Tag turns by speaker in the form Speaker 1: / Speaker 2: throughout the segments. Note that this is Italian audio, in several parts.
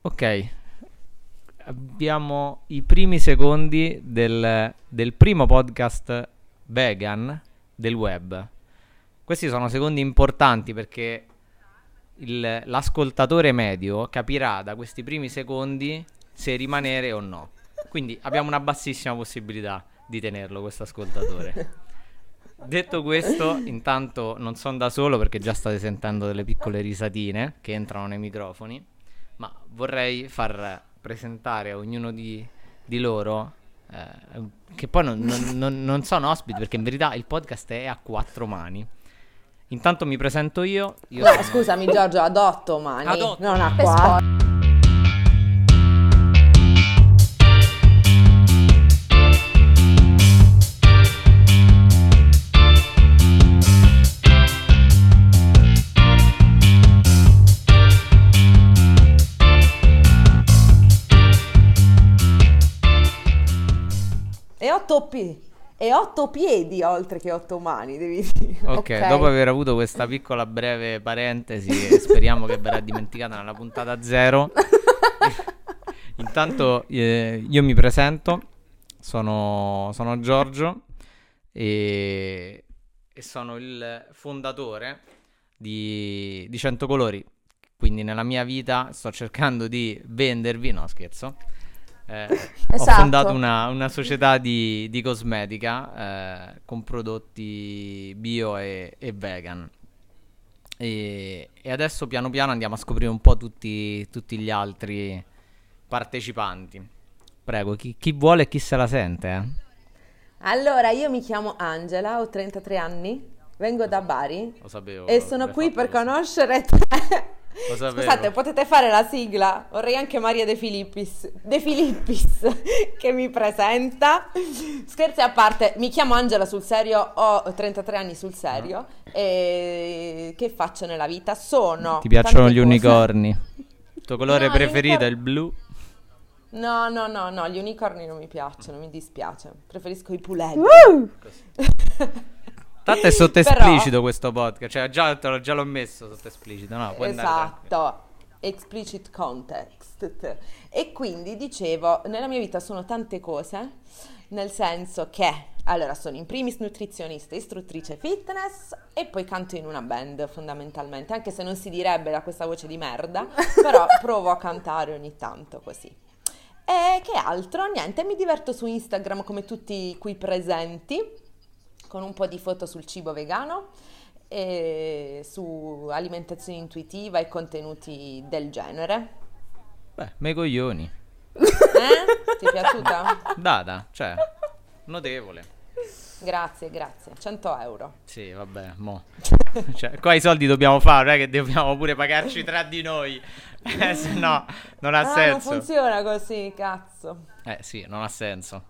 Speaker 1: Ok, abbiamo i primi secondi del primo podcast vegan del web. Questi sono secondi importanti perché l'ascoltatore medio capirà da questi primi secondi se rimanere o no. Quindi abbiamo una bassissima possibilità di tenerlo questo ascoltatore. Detto questo, intanto non sono da solo perché già state sentendo delle piccole risatine che entrano nei microfoni, ma vorrei far presentare a ognuno di loro, che poi non sono ospiti perché in verità il podcast è a quattro mani. Intanto mi presento io.
Speaker 2: No, scusami Giorgio, ad 8 mani,
Speaker 1: Ad 8.
Speaker 2: non a 4. E 8 piedi oltre che 8 mani, devi dire.
Speaker 1: Ok, dopo aver avuto questa piccola breve parentesi, speriamo che verrà dimenticata nella puntata 0. Intanto io mi presento, sono Giorgio e sono il fondatore di 100 Colori. Quindi nella mia vita sto cercando di vendervi, no scherzo.
Speaker 2: Esatto.
Speaker 1: Ho fondato una società di cosmetica con prodotti bio e vegan e adesso piano piano andiamo a scoprire un po' tutti gli altri partecipanti. Prego, chi vuole e chi se la sente?
Speaker 2: Allora, io mi chiamo Angela, ho 33 anni, vengo da Bari
Speaker 1: Lo sapevo,
Speaker 2: e sono qui per
Speaker 1: così.
Speaker 2: conoscere te.
Speaker 1: Lo sapevo.
Speaker 2: Scusate, potete fare la sigla? Vorrei anche Maria De Filippis che mi presenta. Scherzi a parte, mi chiamo Angela sul serio, ho 33 anni sul serio e che faccio nella vita?
Speaker 1: Ti piacciono
Speaker 2: tante
Speaker 1: gli
Speaker 2: cose.
Speaker 1: unicorni? Il tuo colore
Speaker 2: No,
Speaker 1: preferito è il blu?
Speaker 2: No, gli unicorni non mi piacciono, mi dispiace. Preferisco i puledri.
Speaker 1: Tanto è sotto
Speaker 2: Però-
Speaker 1: esplicito questo podcast, cioè già l'ho messo sotto esplicito, no? Puoi andare
Speaker 2: Esatto, explicit context. E quindi dicevo, nella mia vita sono tante cose, nel senso che, allora, sono in primis nutrizionista, istruttrice fitness e poi canto in una band fondamentalmente, anche se non si direbbe da questa voce di merda, però provo a cantare ogni tanto così. E che altro? Niente, mi diverto su Instagram come tutti qui presenti, con un po' di foto sul cibo vegano e su alimentazione intuitiva e contenuti del genere.
Speaker 1: Beh, me coglioni.
Speaker 2: Ti è piaciuta?
Speaker 1: Data, cioè, notevole.
Speaker 2: Grazie, 100 euro.
Speaker 1: Sì, vabbè, mo. Cioè, qua i soldi dobbiamo fare, non è che dobbiamo pure pagarci tra di noi. Se no, non ha
Speaker 2: Non
Speaker 1: senso.
Speaker 2: funziona così, cazzo.
Speaker 1: Sì, non ha senso.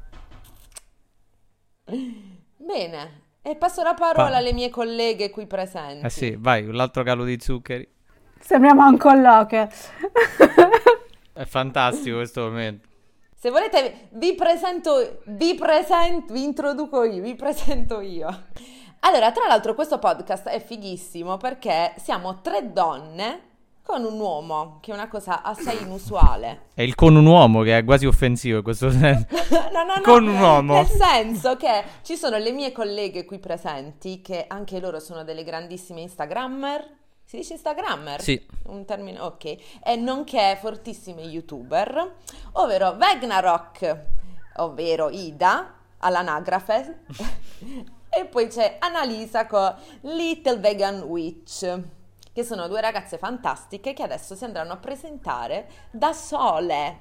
Speaker 2: Bene, e passo la parola alle mie colleghe qui presenti.
Speaker 1: Sì, vai, l'altro calo di zuccheri.
Speaker 3: Sembriamo un colloquio.
Speaker 1: È fantastico questo momento.
Speaker 2: Se volete vi presento io. Allora, tra l'altro questo podcast è fighissimo perché siamo 3 donne con un uomo, che è una cosa assai inusuale.
Speaker 1: È il con un uomo che è quasi offensivo in questo senso.
Speaker 2: No,
Speaker 1: Con un uomo.
Speaker 2: nel senso che ci sono le mie colleghe qui presenti, che anche loro sono delle grandissime Instagrammer. Si dice Instagrammer?
Speaker 1: Sì.
Speaker 2: Un termine, ok. E nonché fortissime YouTuber, ovvero Vegnarok, ovvero Ida, all'anagrafe, e poi c'è Annalisa con Little Vegan Witch, che sono 2 ragazze fantastiche che adesso si andranno a presentare da sole.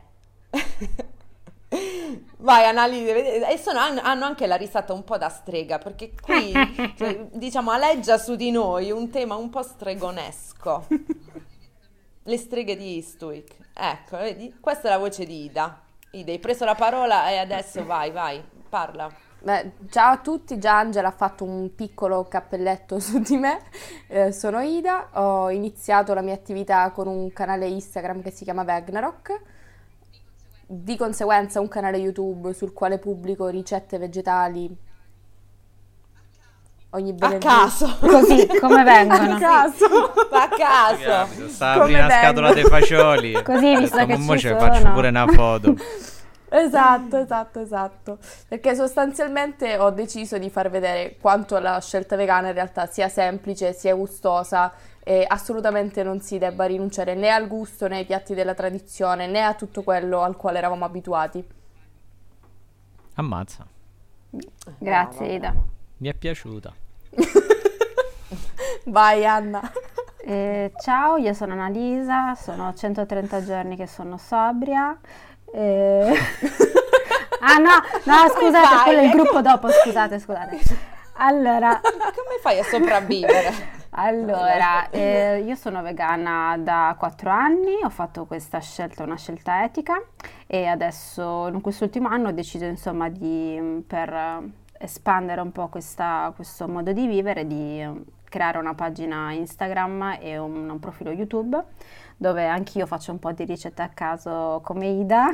Speaker 2: Vai Annalisa, e hanno anche la risata un po' da strega, perché qui cioè, diciamo aleggia su di noi un tema un po' stregonesco. Le streghe di Eastwick. Ecco, vedi? Questa è la voce di Ida. Ida, hai preso la parola e adesso vai, parla.
Speaker 3: Beh, ciao a tutti, già Angela ha fatto un piccolo cappelletto su di me. Sono Ida, ho iniziato la mia attività con un canale Instagram che si chiama Vegnarok, di conseguenza un canale YouTube sul quale pubblico ricette vegetali ogni
Speaker 2: A
Speaker 3: venerdì.
Speaker 2: caso.
Speaker 4: Così, come vengono.
Speaker 3: A caso.
Speaker 2: A caso.
Speaker 1: Capito, sta
Speaker 3: Come
Speaker 1: aprendo una
Speaker 3: vengo.
Speaker 1: scatola dei fagioli.
Speaker 4: Così,
Speaker 1: Ho
Speaker 4: visto
Speaker 1: detto,
Speaker 4: che
Speaker 1: "Mo
Speaker 4: ci
Speaker 1: ce faccio
Speaker 4: sono."
Speaker 1: pure una foto.
Speaker 3: Esatto. Perché sostanzialmente ho deciso di far vedere quanto la scelta vegana in realtà sia semplice, sia gustosa e assolutamente non si debba rinunciare né al gusto, né ai piatti della tradizione, né a tutto quello al quale eravamo abituati.
Speaker 1: Ammazza,
Speaker 4: Grazie,
Speaker 2: Brava,
Speaker 4: Ida.
Speaker 2: brava.
Speaker 1: mi è piaciuta.
Speaker 3: Vai Anna.
Speaker 4: Ciao, io sono Annalisa, sono 130 giorni che sono sobria. Ah no, scusate,
Speaker 2: fai?
Speaker 4: quello è il gruppo dopo, scusate. Allora,
Speaker 2: Come fai a sopravvivere?
Speaker 4: io sono vegana da 4 anni, ho fatto questa scelta, una scelta etica, e adesso in quest'ultimo anno ho deciso insomma per espandere un po' questo modo di vivere, di creare una pagina Instagram e un profilo YouTube dove anch'io faccio un po' di ricette a caso come Ida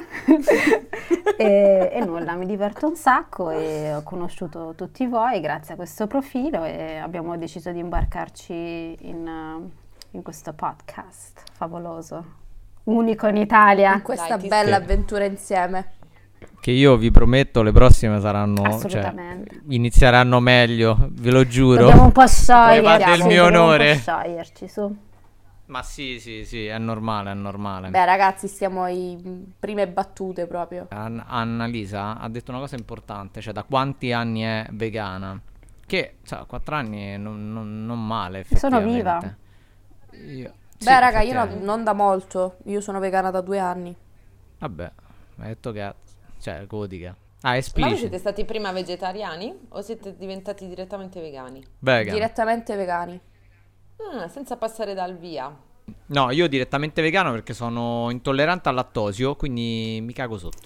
Speaker 4: e nulla, mi diverto un sacco e ho conosciuto tutti voi grazie a questo profilo e abbiamo deciso di imbarcarci in questo podcast favoloso, unico in Italia.
Speaker 3: In questa
Speaker 2: Dai, ti
Speaker 3: bella
Speaker 1: spiego.
Speaker 3: avventura insieme.
Speaker 1: Che io vi prometto le prossime saranno,
Speaker 4: Assolutamente.
Speaker 1: inizieranno meglio, ve lo giuro.
Speaker 4: Dobbiamo un po' scioglierci,
Speaker 1: Poi va del mio
Speaker 4: dobbiamo
Speaker 1: onore.
Speaker 4: un po' scioglierci, su.
Speaker 1: Ma sì, è normale.
Speaker 3: Beh ragazzi, stiamo in prime battute proprio.
Speaker 1: Annalisa ha detto una cosa importante, cioè da quanti anni è vegana? Che, 4 anni non male,
Speaker 4: Sono
Speaker 1: effettivamente.
Speaker 3: Beh raga, io
Speaker 1: effettivamente.
Speaker 3: non da molto, io sono vegana da 2 anni.
Speaker 1: Vabbè, mi ha detto che... Cioè, codica. Ah,
Speaker 2: Ma voi
Speaker 1: esplicit.
Speaker 2: siete stati prima vegetariani o siete diventati direttamente vegani?
Speaker 1: Vegan.
Speaker 3: Direttamente vegani.
Speaker 2: Senza passare dal via.
Speaker 1: No, io direttamente vegano perché sono intollerante al lattosio, quindi mi cago sotto.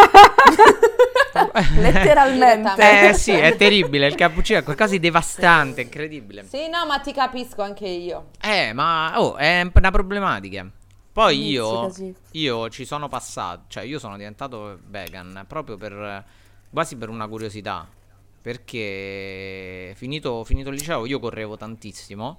Speaker 3: Letteralmente.
Speaker 1: Sì, è terribile, il cappuccino è qualcosa di devastante, incredibile.
Speaker 2: Sì, no, ma ti capisco anche io.
Speaker 1: Ma è una problematica. Poi
Speaker 3: Mizzica, sì.
Speaker 1: io ci sono passato, cioè io sono diventato vegan proprio quasi per una curiosità. Perché finito il liceo io correvo tantissimo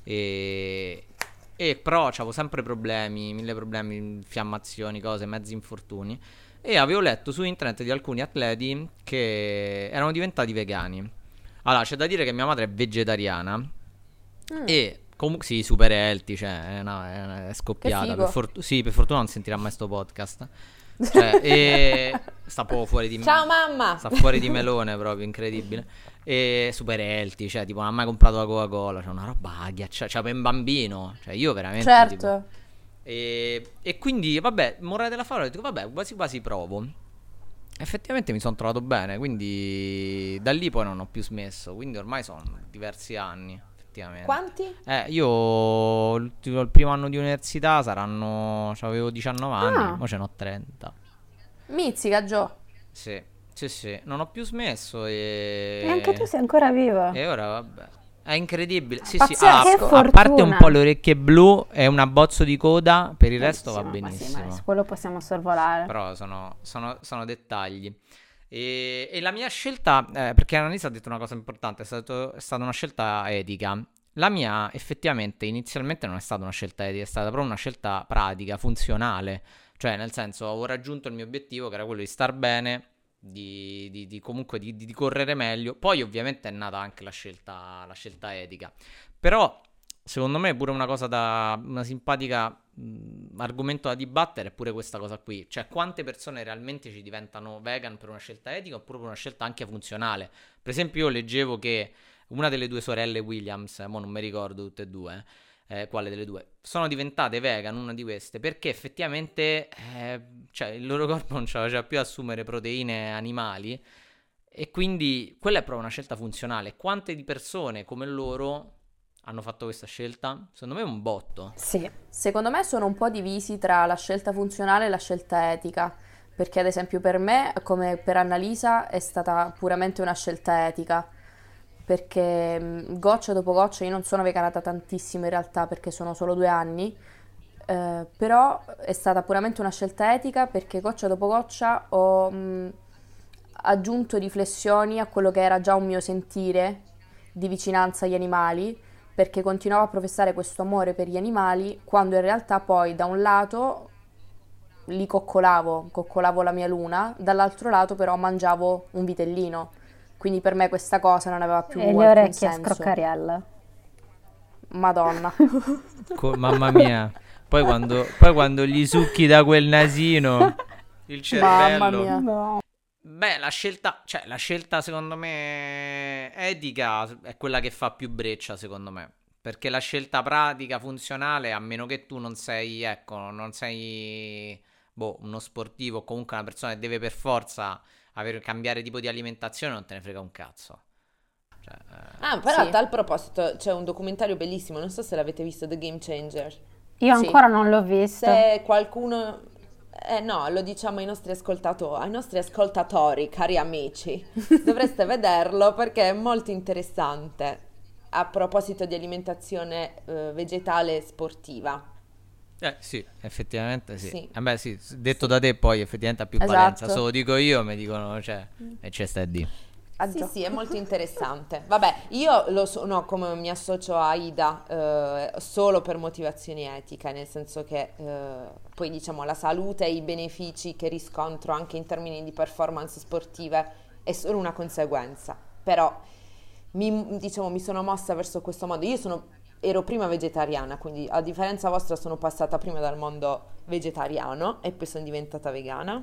Speaker 1: e però avevo sempre problemi, mille problemi, infiammazioni, cose, mezzi infortuni. E avevo letto su internet di alcuni atleti che erano diventati vegani. Allora, c'è da dire che mia madre è vegetariana e comunque sì, super healthy, cioè è scoppiata.
Speaker 3: Che figo.
Speaker 1: Sì, per fortuna non sentirà mai sto podcast. Cioè, e sta proprio fuori di
Speaker 2: Ciao mamma!
Speaker 1: Sta fuori di melone proprio, incredibile. E super healthy, cioè tipo non ha mai comprato la Coca-Cola, cioè una roba ghiacciata, cioè per un bambino, cioè io veramente tipo,
Speaker 3: Certo.
Speaker 1: e quindi vabbè, morale della favola, dico vabbè, quasi quasi provo. Effettivamente mi sono trovato bene, quindi da lì poi non ho più smesso, quindi ormai sono diversi anni, effettivamente.
Speaker 2: Quanti?
Speaker 1: Io il primo anno di università avevo 19 anni,
Speaker 4: Ah.
Speaker 1: ora ce n'ho 30.
Speaker 3: Mizzica, Gio.
Speaker 1: Sì, non ho più smesso
Speaker 4: E anche tu sei ancora vivo.
Speaker 1: e ora vabbè. È incredibile. Sì,
Speaker 3: Pazzesco.
Speaker 1: sì,
Speaker 4: Che
Speaker 1: a parte un
Speaker 4: fortuna.
Speaker 1: po' le orecchie blu e un abbozzo di coda, per il resto va
Speaker 4: Ma sì,
Speaker 1: benissimo.
Speaker 4: ma su quello possiamo sorvolare.
Speaker 1: Però sono dettagli. E la mia scelta, perché Annalisa ha detto una cosa importante, è stata una scelta etica. La mia effettivamente inizialmente non è stata una scelta etica, è stata proprio una scelta pratica, funzionale. Cioè nel senso ho raggiunto il mio obiettivo che era quello di star bene, comunque di correre meglio. Poi ovviamente è nata anche la scelta etica. Però secondo me è pure una simpatica argomento da dibattere è pure questa cosa qui. Cioè quante persone realmente ci diventano vegan per una scelta etica oppure per una scelta anche funzionale. Per esempio io leggevo che una delle due sorelle Williams, mo non mi ricordo tutte e due, quale delle due, sono diventate vegan, una di queste, perché effettivamente cioè il loro corpo non ce la faceva più assumere proteine animali e quindi quella è proprio una scelta funzionale. Quante di persone come loro hanno fatto questa scelta? Secondo me è un botto.
Speaker 4: Sì.
Speaker 3: Secondo me sono un po' divisi tra la scelta funzionale e la scelta etica, perché ad esempio per me, come per Annalisa, è stata puramente una scelta etica, perché goccia dopo goccia, io non sono vegana da tantissimo in realtà perché sono solo 2 anni, però è stata puramente una scelta etica perché goccia dopo goccia ho aggiunto riflessioni a quello che era già un mio sentire di vicinanza agli animali, perché continuavo a professare questo amore per gli animali, quando in realtà poi da un lato li coccolavo la mia luna, dall'altro lato però mangiavo un vitellino. Quindi per me questa cosa non aveva più
Speaker 4: E le
Speaker 3: alcun
Speaker 4: orecchie a
Speaker 3: senso.
Speaker 4: scroccariella.
Speaker 3: Madonna.
Speaker 1: Mamma mia. Poi quando gli succhi da quel nasino il cervello.
Speaker 3: Mamma mia.
Speaker 4: No.
Speaker 1: Beh, la scelta secondo me etica è quella che fa più breccia, secondo me. Perché la scelta pratica, funzionale, a meno che tu non sei, uno sportivo o comunque una persona che deve per forza cambiare tipo di alimentazione, non te ne frega un cazzo. Cioè,
Speaker 2: Però
Speaker 3: Sì.
Speaker 2: a tal proposito c'è un documentario bellissimo, non so se l'avete visto, The Game Changer.
Speaker 4: Io
Speaker 3: Sì.
Speaker 4: ancora non l'ho visto.
Speaker 2: Se qualcuno... no, lo diciamo ai nostri ascoltatori, cari amici. Dovreste vederlo perché è molto interessante a proposito di alimentazione vegetale sportiva.
Speaker 1: sì, effettivamente sì.
Speaker 2: Sì.
Speaker 1: Vabbè, sì, detto da te poi effettivamente ha più
Speaker 3: Esatto.
Speaker 1: valenza. Se lo dico io, mi dicono, cioè, e c'è sta di.
Speaker 2: Sì, è molto interessante. Vabbè, io lo sono come mi associo a Ida solo per motivazioni etiche, nel senso che poi diciamo la salute e i benefici che riscontro anche in termini di performance sportive è solo una conseguenza. Però mi sono mossa verso questo modo. Ero prima vegetariana, quindi a differenza vostra sono passata prima dal mondo vegetariano e poi sono diventata vegana.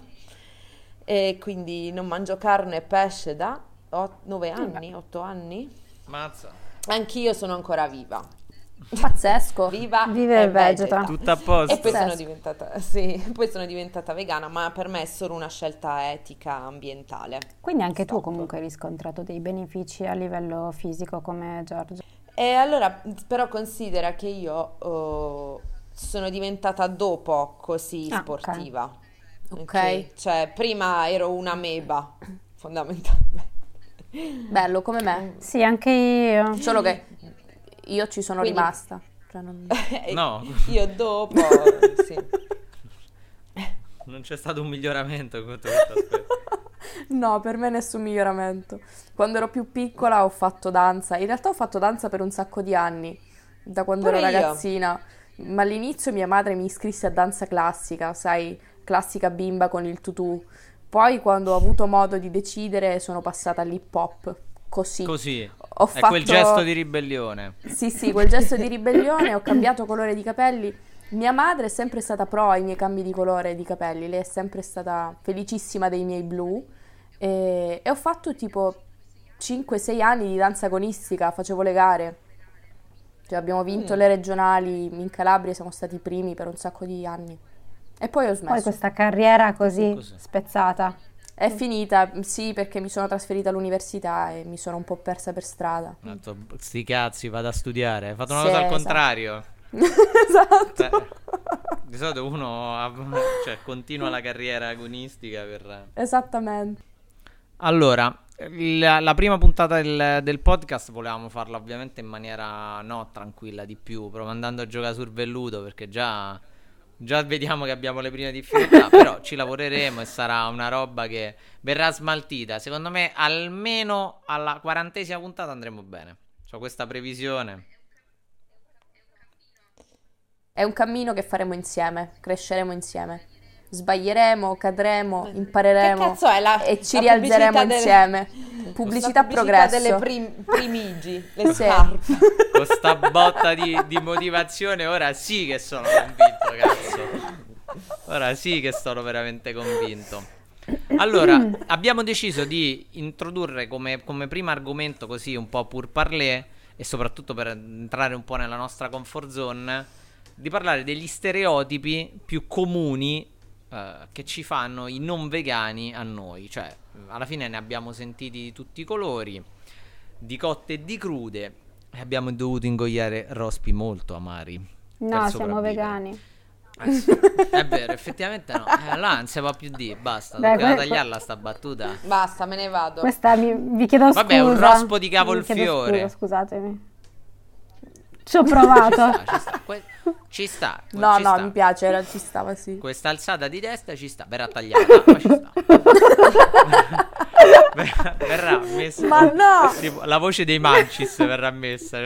Speaker 2: E quindi non mangio carne e pesce da 9 anni, 8 anni.
Speaker 1: Mazza.
Speaker 2: Anch'io sono ancora viva.
Speaker 3: Pazzesco.
Speaker 2: Viva
Speaker 4: Vive
Speaker 2: e
Speaker 4: e vegeta.
Speaker 1: Tutto a posto.
Speaker 2: E poi sono
Speaker 3: Pazzesco.
Speaker 2: diventata, poi sono diventata vegana, ma per me è solo una scelta etica ambientale.
Speaker 4: Quindi anche tu
Speaker 2: Stop.
Speaker 4: comunque hai riscontrato dei benefici a livello fisico come Giorgio.
Speaker 2: E allora, però considera che io sono diventata dopo così
Speaker 4: Ah,
Speaker 2: sportiva.
Speaker 3: Ok.
Speaker 2: Cioè, prima ero una meba, fondamentalmente.
Speaker 3: Bello come me.
Speaker 4: Sì, anche io.
Speaker 3: Solo che io ci sono
Speaker 2: Quindi-
Speaker 3: rimasta. Cioè,
Speaker 2: E
Speaker 1: No.
Speaker 2: Io dopo, sì.
Speaker 1: Non c'è stato un miglioramento con tutto questo aspetto.
Speaker 3: No, per me nessun miglioramento. Quando ero più piccola ho fatto danza. In realtà ho fatto danza per un sacco di anni, da quando
Speaker 2: Pure
Speaker 3: ero
Speaker 2: io.
Speaker 3: ragazzina. Ma all'inizio mia madre mi iscrisse a danza classica, sai, classica bimba con il tutù. Poi quando ho avuto modo di decidere sono passata all'hip hop. Così.
Speaker 1: Così.
Speaker 3: Ho
Speaker 1: È quel
Speaker 3: fatto-
Speaker 1: gesto di ribellione.
Speaker 3: Sì, quel gesto di ribellione, ho cambiato colore di capelli. Mia madre è sempre stata pro ai miei cambi di colore di capelli, lei è sempre stata felicissima dei miei blu e ho fatto tipo 5-6 anni di danza agonistica, facevo le gare. Cioè abbiamo vinto le regionali in Calabria, siamo stati i primi per un sacco di anni. E poi ho
Speaker 4: Poi
Speaker 3: smesso.
Speaker 4: questa carriera così
Speaker 1: Così.
Speaker 4: spezzata.
Speaker 3: È finita, sì, perché mi sono trasferita all'università e mi sono un po' persa per strada.
Speaker 1: Ho detto, sti cazzi, vado a studiare. Hai fatto una
Speaker 3: Sì,
Speaker 1: cosa al
Speaker 3: esatto.
Speaker 1: contrario.
Speaker 3: Esatto.
Speaker 1: Di solito uno cioè, continua la carriera agonistica per...
Speaker 3: Esattamente.
Speaker 1: Allora, la prima puntata del podcast volevamo farla ovviamente in maniera tranquilla di più, però andando a giocare sul velluto perché già vediamo che abbiamo le prime difficoltà, però ci lavoreremo e sarà una roba che verrà smaltita. Secondo me almeno alla 40ª puntata andremo bene. C'ho questa previsione.
Speaker 3: È un cammino che faremo insieme, cresceremo insieme. Sbaglieremo, cadremo, impareremo
Speaker 2: Che cazzo è
Speaker 3: e ci
Speaker 2: la
Speaker 3: rialzeremo
Speaker 2: pubblicità
Speaker 3: insieme. Pubblicità progresso.
Speaker 2: delle primigi, le
Speaker 3: Sì.
Speaker 2: scarpe.
Speaker 1: Con sta botta di motivazione ora sì che sono convinto, cazzo. Ora sì che sono veramente convinto. Allora, abbiamo deciso di introdurre come primo argomento così un po' pour parler e soprattutto per entrare un po' nella nostra comfort zone, di parlare degli stereotipi più comuni che ci fanno i non vegani a noi. Cioè, alla fine ne abbiamo sentiti di tutti i colori, di cotte e di crude, e abbiamo dovuto ingoiare rospi molto amari.
Speaker 4: No,
Speaker 1: per
Speaker 4: siamo
Speaker 1: sopravvivere.
Speaker 4: vegani.
Speaker 1: Sì, è vero, effettivamente no. Allora non si può più dire, basta,
Speaker 4: Dai,
Speaker 1: dobbiamo
Speaker 4: que-
Speaker 1: tagliarla sta battuta.
Speaker 2: Basta, me ne vado.
Speaker 4: Questa vi chiedo scusa.
Speaker 1: Vabbè, un rospo di
Speaker 4: Vi chiedo
Speaker 1: cavolfiore.
Speaker 4: scusa, scusatemi. Ci ho provato.
Speaker 1: Ci sta, ci sta,
Speaker 3: No,
Speaker 1: ci
Speaker 3: no,
Speaker 1: sta.
Speaker 3: mi piace, ci stava, sì.
Speaker 1: Questa alzata di testa ci sta, verrà tagliata, ma ci sta. verrà messa.
Speaker 3: Ma no!
Speaker 1: Tipo, la voce dei Mancis verrà messa.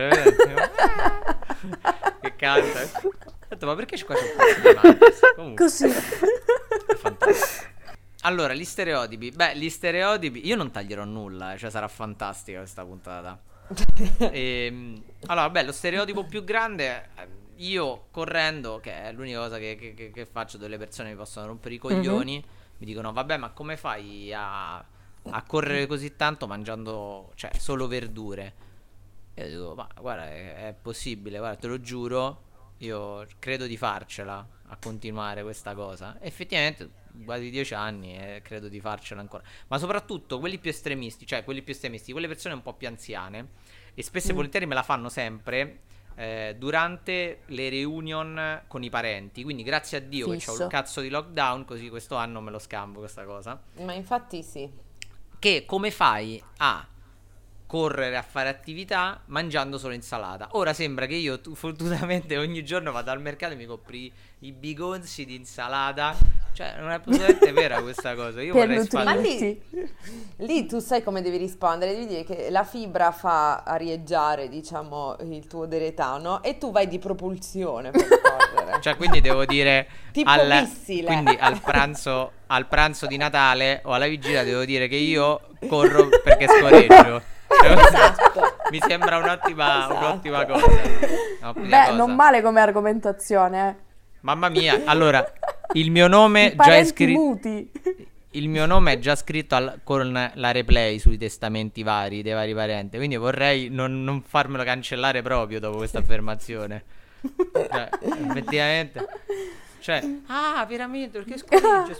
Speaker 1: Che canta. Ho detto, ma perché qua c'è un pezzo di Mancis? Comunque,
Speaker 3: Così.
Speaker 1: è fantastico. Allora, gli stereotipi. Beh, gli stereotipi. Io non taglierò nulla, cioè sarà fantastica questa puntata. Allora, beh, lo stereotipo più grande. Io correndo, che è l'unica cosa che faccio, dove le persone mi possono rompere i coglioni, mi dicono, vabbè, ma come fai a correre così tanto mangiando, cioè, solo verdure? E io dico, ma guarda, è possibile, guarda, te lo giuro, io credo di farcela a continuare questa cosa. Effettivamente, quasi 10 anni e credo di farcela ancora. Ma soprattutto quelli più estremisti, quelle persone un po' più anziane, e spesso e volentieri me la fanno sempre durante le reunion con i parenti. Quindi grazie a Dio che c'ho
Speaker 3: Fisso.
Speaker 1: il cazzo di lockdown, così questo anno me lo scambo questa cosa.
Speaker 2: Ma infatti sì.
Speaker 1: Che come fai a correre, a fare attività mangiando solo insalata? Ora sembra che io fottutamente ogni giorno vado al mercato e mi compri i bigonzi di insalata. Cioè non è assolutamente vera questa cosa. Io
Speaker 3: Per
Speaker 1: vorrei
Speaker 2: Ma
Speaker 3: nutrirti.
Speaker 2: lì tu sai come devi rispondere, devi dire che la fibra fa arieggiare, diciamo, il tuo deretano e tu vai di propulsione per correre.
Speaker 1: Cioè, quindi devo dire
Speaker 2: Tipo missile.
Speaker 1: quindi al pranzo di Natale o alla vigilia devo dire che io corro perché scoreggio.
Speaker 2: Esatto.
Speaker 1: Mi sembra un'ottima
Speaker 2: Esatto.
Speaker 1: cosa. Un'ottima
Speaker 3: Beh,
Speaker 1: cosa.
Speaker 3: non male come argomentazione.
Speaker 1: Mamma mia, allora il mio nome
Speaker 3: I
Speaker 1: già è
Speaker 3: parenti
Speaker 1: scritto.
Speaker 3: muti.
Speaker 1: Il mio nome è già scritto con la replay sui testamenti vari dei vari parenti. Quindi vorrei non farmelo cancellare proprio dopo questa affermazione. Cioè, effettivamente. Cioè, veramente, perché scorreggia?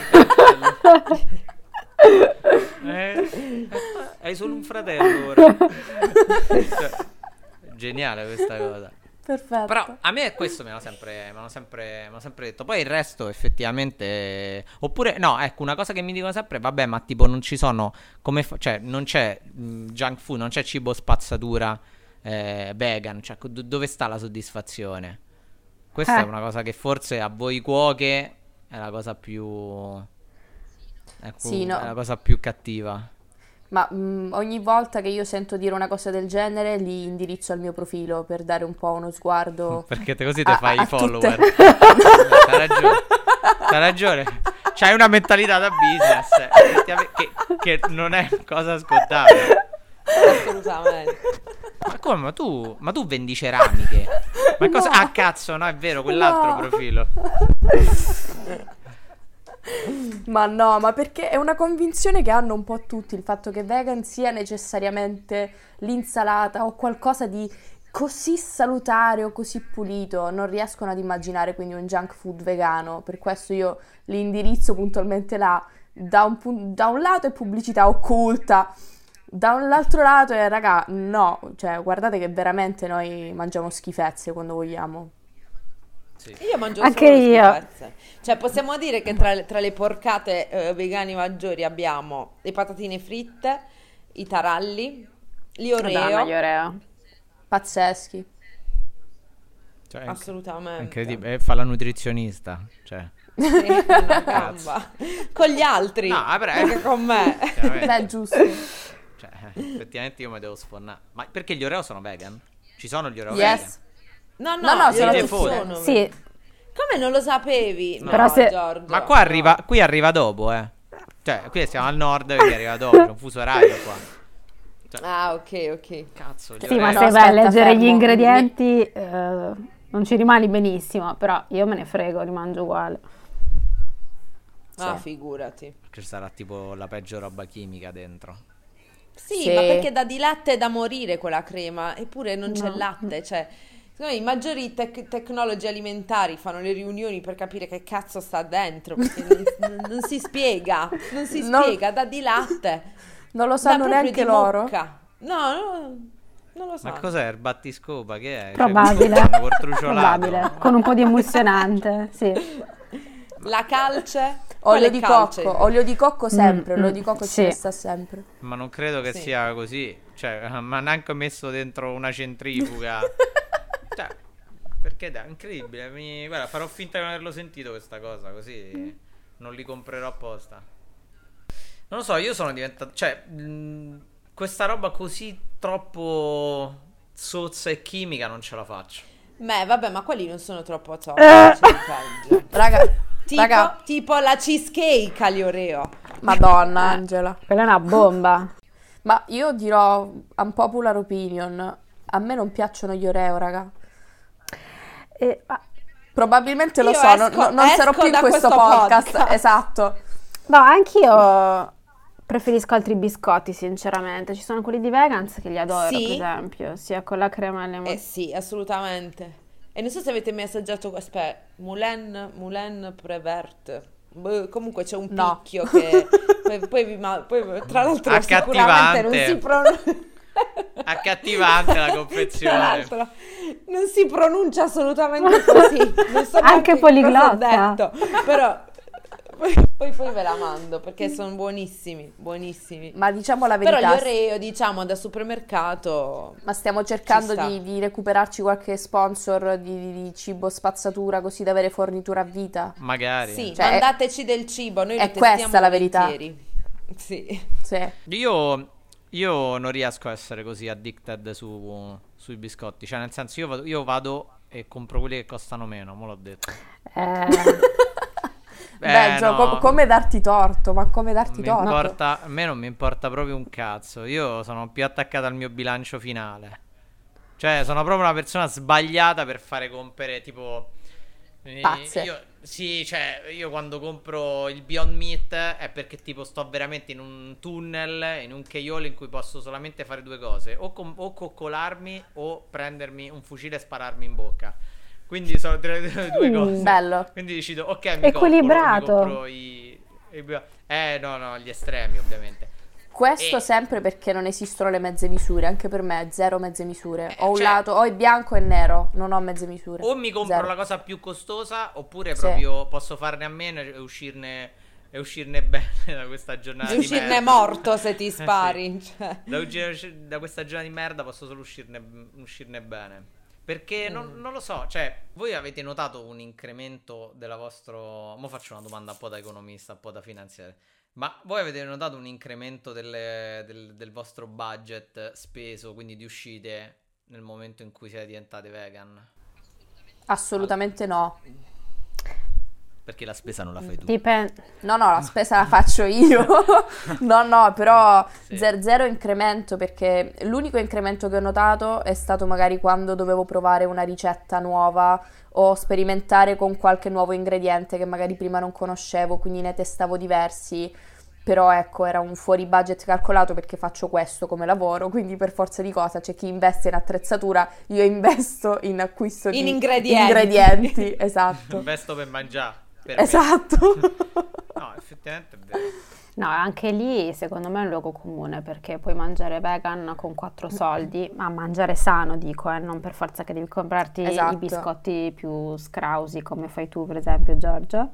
Speaker 1: Hai solo un fratello ora. Cioè, geniale questa cosa.
Speaker 3: Perfetto.
Speaker 1: Però a me questo mi hanno sempre detto. Poi il resto effettivamente. Oppure no, ecco, una cosa che mi dicono sempre: vabbè, ma tipo non ci sono cioè non c'è junk food, non c'è cibo spazzatura vegan. Cioè dove sta la soddisfazione? Questa è una cosa che forse a voi cuoche è la cosa più. Ecco,
Speaker 3: Sì, no.
Speaker 1: è la cosa più cattiva.
Speaker 3: Ma ogni volta che io sento dire una cosa del genere li indirizzo al mio profilo per dare un po' uno sguardo.
Speaker 1: Perché così te fai
Speaker 3: a
Speaker 1: i follower.
Speaker 3: tutte.
Speaker 1: C'ha ragione. C'ha ragione. C'hai una mentalità da business effettivamente, che non è cosa scontata.
Speaker 2: Assolutamente.
Speaker 1: Ma come? Ma tu vendi ceramiche? Ma cosa?
Speaker 3: No.
Speaker 1: Ah, cazzo, no, è vero, quell'altro
Speaker 3: No.
Speaker 1: profilo.
Speaker 3: Ma no, ma perché è una convinzione che hanno un po' tutti, il fatto che vegan sia necessariamente l'insalata o qualcosa di così salutare o così pulito. Non riescono ad immaginare quindi un junk food vegano, per questo io li indirizzo puntualmente là. Da un lato è pubblicità occulta, da un altro lato è raga, no, cioè guardate che veramente noi mangiamo schifezze quando vogliamo.
Speaker 1: Sì.
Speaker 2: Io mangio
Speaker 4: Anche
Speaker 2: solo
Speaker 4: io.
Speaker 2: schifezze. Cioè possiamo dire che tra le porcate vegane maggiori abbiamo le patatine fritte, i taralli, gli
Speaker 4: Madonna, gli
Speaker 2: Oreo.
Speaker 4: Oreo.
Speaker 3: Pazzeschi.
Speaker 1: Cioè, è
Speaker 2: Assolutamente.
Speaker 1: incredibile. Fa la nutrizionista. Cioè,
Speaker 2: Sì, una gamba. Con gli altri,
Speaker 1: no, però,
Speaker 2: perché con me.
Speaker 1: chiaramente.
Speaker 3: Beh, giusto.
Speaker 1: Cioè, effettivamente io mi devo sfonnare. Ma perché gli Oreo sono vegan? Ci sono gli Oreo
Speaker 3: Yes.
Speaker 2: No,
Speaker 3: No, no,
Speaker 2: io
Speaker 3: sono
Speaker 2: non
Speaker 1: tutti.
Speaker 2: sono.
Speaker 4: Sì,
Speaker 2: Come non lo sapevi?
Speaker 1: No.
Speaker 4: Però se-
Speaker 2: Giorgio,
Speaker 1: vegan? Ma qua
Speaker 2: no.
Speaker 1: qui arriva dopo, Cioè, qui siamo al nord, quindi arriva dopo. C'è un fuso orario qua.
Speaker 2: Ah, ok.
Speaker 1: Cazzo, gli
Speaker 4: sì,
Speaker 1: Oreo.
Speaker 4: ma
Speaker 3: no,
Speaker 4: se vai a
Speaker 3: aspetta,
Speaker 4: leggere gli
Speaker 3: fermo.
Speaker 4: ingredienti non ci rimani benissimo, però io me ne frego, li mangio uguale.
Speaker 2: Ah,
Speaker 3: Sì.
Speaker 2: figurati.
Speaker 1: Ci sarà tipo la peggio roba chimica dentro.
Speaker 2: Sì,
Speaker 3: Sì.
Speaker 2: ma perché dà di latte da morire quella crema, eppure non c'è
Speaker 4: No.
Speaker 2: latte, cioè, secondo me i maggiori tecnologi alimentari fanno le riunioni per capire che cazzo sta dentro, perché non si spiega,
Speaker 3: No.
Speaker 2: dà di latte,
Speaker 3: Non lo
Speaker 2: dà
Speaker 3: sanno
Speaker 2: proprio
Speaker 3: neanche
Speaker 2: di
Speaker 3: loro.
Speaker 2: mucca. No, non lo
Speaker 1: Ma
Speaker 2: so.
Speaker 1: cos'è il battiscopa? Che è?
Speaker 4: Probabile.
Speaker 1: Cioè, col truciolato.
Speaker 4: Probabile, con un po' di emulsionante, sì.
Speaker 2: La calce?
Speaker 3: Olio
Speaker 2: Quale
Speaker 3: di
Speaker 2: calce?
Speaker 3: cocco, olio di cocco sempre,
Speaker 4: Mm,
Speaker 3: olio di cocco
Speaker 4: sì.
Speaker 3: ci sta sempre.
Speaker 1: Ma non credo che
Speaker 2: Sì.
Speaker 1: sia così. Cioè, ma neanche messo dentro una centrifuga. Cioè, perché è incredibile. Guarda, farò finta di non averlo sentito questa cosa, così non li comprerò apposta. Non lo so, io sono diventato, cioè, questa roba così troppo sozza e chimica non ce la faccio.
Speaker 2: Beh, vabbè, ma quelli non sono troppo top, c'è di peggio.
Speaker 3: Raga,
Speaker 2: Tipo la cheesecake agli Oreo.
Speaker 3: Madonna, Angela.
Speaker 4: Quella è una bomba.
Speaker 3: Ma io dirò unpopular opinion. A me non piacciono gli Oreo, raga. Probabilmente lo
Speaker 2: Io
Speaker 3: so, non sarò
Speaker 2: esco
Speaker 3: più in
Speaker 2: da
Speaker 3: questo
Speaker 2: questo
Speaker 3: podcast. Esatto.
Speaker 4: No, anch'io preferisco altri biscotti, sinceramente. Ci sono quelli di Vegans che li adoro,
Speaker 2: Sì.
Speaker 4: per esempio, sia con la crema e le
Speaker 2: Eh sì, assolutamente. E non so se avete mai assaggiato, aspetta, Moulin Prevert. Boh, comunque c'è un
Speaker 3: No.
Speaker 2: picchio che poi, tra l'altro sicuramente non si pronuncia.
Speaker 1: Accattivante la
Speaker 2: Tra
Speaker 1: confezione.
Speaker 2: l'altro non si pronuncia assolutamente così. Non so
Speaker 4: Anche
Speaker 2: neanche
Speaker 4: poliglotta.
Speaker 2: cosa ho detto, però poi ve la mando perché sono buonissimi, buonissimi.
Speaker 3: Ma diciamo la
Speaker 2: Però
Speaker 3: verità.
Speaker 2: gli Oreo, diciamo, da supermercato.
Speaker 3: Ma stiamo cercando
Speaker 2: Ci sta.
Speaker 3: di recuperarci qualche sponsor di cibo spazzatura così da avere fornitura a vita.
Speaker 1: Magari.
Speaker 2: Sì,
Speaker 3: Cioè,
Speaker 2: mandateci del cibo, noi
Speaker 3: è
Speaker 2: lo testiamo
Speaker 3: questa la verità.
Speaker 2: volentieri. Sì.
Speaker 3: Sì.
Speaker 1: Io non riesco a essere così addicted sui biscotti. Cioè, nel senso, io vado e compro quelli che costano meno, me l'ho detto.
Speaker 3: Beh, Gio,
Speaker 1: no.
Speaker 3: come darti torto? Ma come darti
Speaker 1: Mi
Speaker 3: torto?
Speaker 1: importa, a me non mi importa proprio un cazzo. Io sono più attaccato al mio bilancio finale. Cioè, sono proprio una persona sbagliata per fare compere tipo.
Speaker 3: Pazze.
Speaker 1: Io quando compro il Beyond Meat è perché tipo sto veramente in un tunnel, in un keyhole in cui posso solamente fare due cose: o coccolarmi o prendermi un fucile e spararmi in bocca. Quindi sono due cose.
Speaker 3: Bello.
Speaker 1: Quindi decido, ok,
Speaker 4: Equilibrato.
Speaker 1: mi compro no, gli estremi ovviamente.
Speaker 3: Questo
Speaker 1: E-
Speaker 3: sempre perché non esistono le mezze misure, anche per me, zero mezze misure. Ho un
Speaker 1: cioè-
Speaker 3: lato, o è bianco e nero, non ho mezze misure.
Speaker 1: O mi compro
Speaker 3: Zero.
Speaker 1: la cosa più costosa, oppure
Speaker 3: Sì.
Speaker 1: proprio posso farne a meno e uscirne bene da questa giornata
Speaker 2: Di
Speaker 1: di
Speaker 2: uscirne
Speaker 1: merda.
Speaker 2: morto se ti
Speaker 1: Sì.
Speaker 2: spari. Cioè.
Speaker 1: Da questa giornata di merda posso solo uscirne bene. Perché non lo so, cioè, voi avete notato un incremento della vostro. Mo faccio una domanda un po' da economista, un po' da finanziere. Ma voi avete notato un incremento del vostro budget speso, quindi di uscite, nel momento in cui siete diventate vegan?
Speaker 3: Assolutamente no.
Speaker 1: Perché la spesa non la fai tu.
Speaker 3: No, la spesa la faccio io. No, però
Speaker 1: Sì.
Speaker 3: zero incremento, perché l'unico incremento che ho notato è stato magari quando dovevo provare una ricetta nuova o sperimentare con qualche nuovo ingrediente che magari prima non conoscevo, quindi ne testavo diversi. Però ecco, era un fuori budget calcolato perché faccio questo come lavoro, quindi per forza di cosa c'è chi investe in attrezzatura, io investo in acquisto
Speaker 2: In
Speaker 3: di
Speaker 2: ingredienti.
Speaker 3: Esatto.
Speaker 1: Investo per mangiare. Per me.
Speaker 3: Esatto.
Speaker 1: No, effettivamente è vero.
Speaker 4: No, anche lì secondo me è un luogo comune perché puoi mangiare vegan con 4 soldi, ma mangiare sano dico, non per forza che devi comprarti
Speaker 3: Esatto.
Speaker 4: i biscotti più scrausi come fai tu per esempio Giorgio.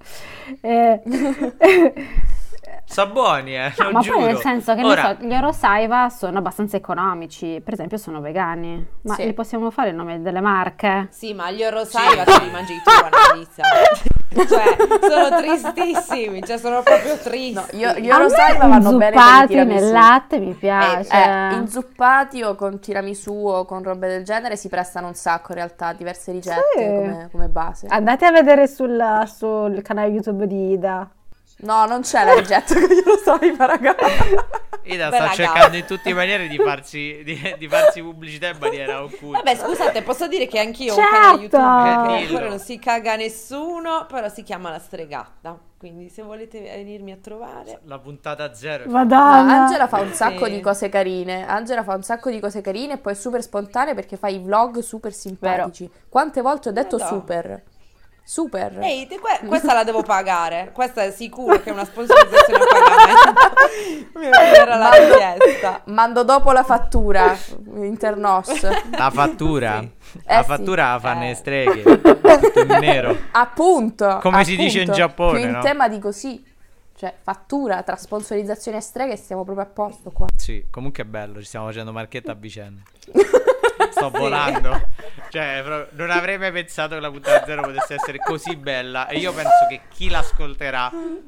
Speaker 1: Sono buoni, non
Speaker 4: Ma
Speaker 1: giuro.
Speaker 4: poi nel senso che
Speaker 1: Ora,
Speaker 4: non so, gli Eurosaiva sono abbastanza economici, per esempio sono vegani, ma
Speaker 3: Sì.
Speaker 4: li possiamo fare in nome delle marche?
Speaker 2: Sì, ma gli Eurosaiva te li mangi tu, Annalisa. Cioè, sono tristissimi, cioè sono proprio tristi.
Speaker 3: No, gli Eurosaiva vanno bene per i
Speaker 4: inzuppati
Speaker 3: tiramisù.
Speaker 4: nel latte mi piace.
Speaker 3: Inzuppati o con tiramisù o con robe del genere si prestano un sacco in realtà, diverse ricette
Speaker 4: Sì.
Speaker 3: come base.
Speaker 4: Andate a vedere sul canale YouTube di Ida.
Speaker 3: No, non c'è la ricetta con gli Eurosaiva, raga.
Speaker 1: Ida
Speaker 2: Beh,
Speaker 1: sta
Speaker 2: raga.
Speaker 1: cercando in tutte le maniere di farsi pubblicità in maniera occulta.
Speaker 2: Vabbè, scusate, posso dire che anch'io ho
Speaker 4: Certo.
Speaker 2: un canale YouTube che
Speaker 1: Dillo.
Speaker 2: ancora non si caga nessuno, però si chiama La Stregata. Quindi se volete venirmi a trovare.
Speaker 1: La puntata zero.
Speaker 3: No,
Speaker 4: Madonna.
Speaker 3: Angela fa un sacco
Speaker 2: Sì.
Speaker 3: di cose carine. Angela fa un sacco di cose carine e poi è super spontanea perché fa i vlog super simpatici. Quante volte ho detto
Speaker 2: Madonna.
Speaker 3: super? Super.
Speaker 2: Ehi, questa la devo pagare. Questa è sicuro che è una sponsorizzazione a pagamento. Mi arriverà la richiesta.
Speaker 3: Mando dopo la fattura internos.
Speaker 1: La fattura.
Speaker 3: Sì.
Speaker 1: La
Speaker 3: Eh sì.
Speaker 1: fattura la fanno le streghe. Tutto in nero.
Speaker 3: Appunto.
Speaker 1: Come si dice in Giappone,
Speaker 3: Più in
Speaker 1: no?
Speaker 3: tema di così. Cioè, fattura tra sponsorizzazione e streghe stiamo proprio a posto qua.
Speaker 1: Sì, comunque è bello, ci stiamo facendo marchetta a vicenda. Sto volando. Cioè, non avrei mai pensato che la puntata zero potesse essere così bella. E io penso che chi l'ascolterà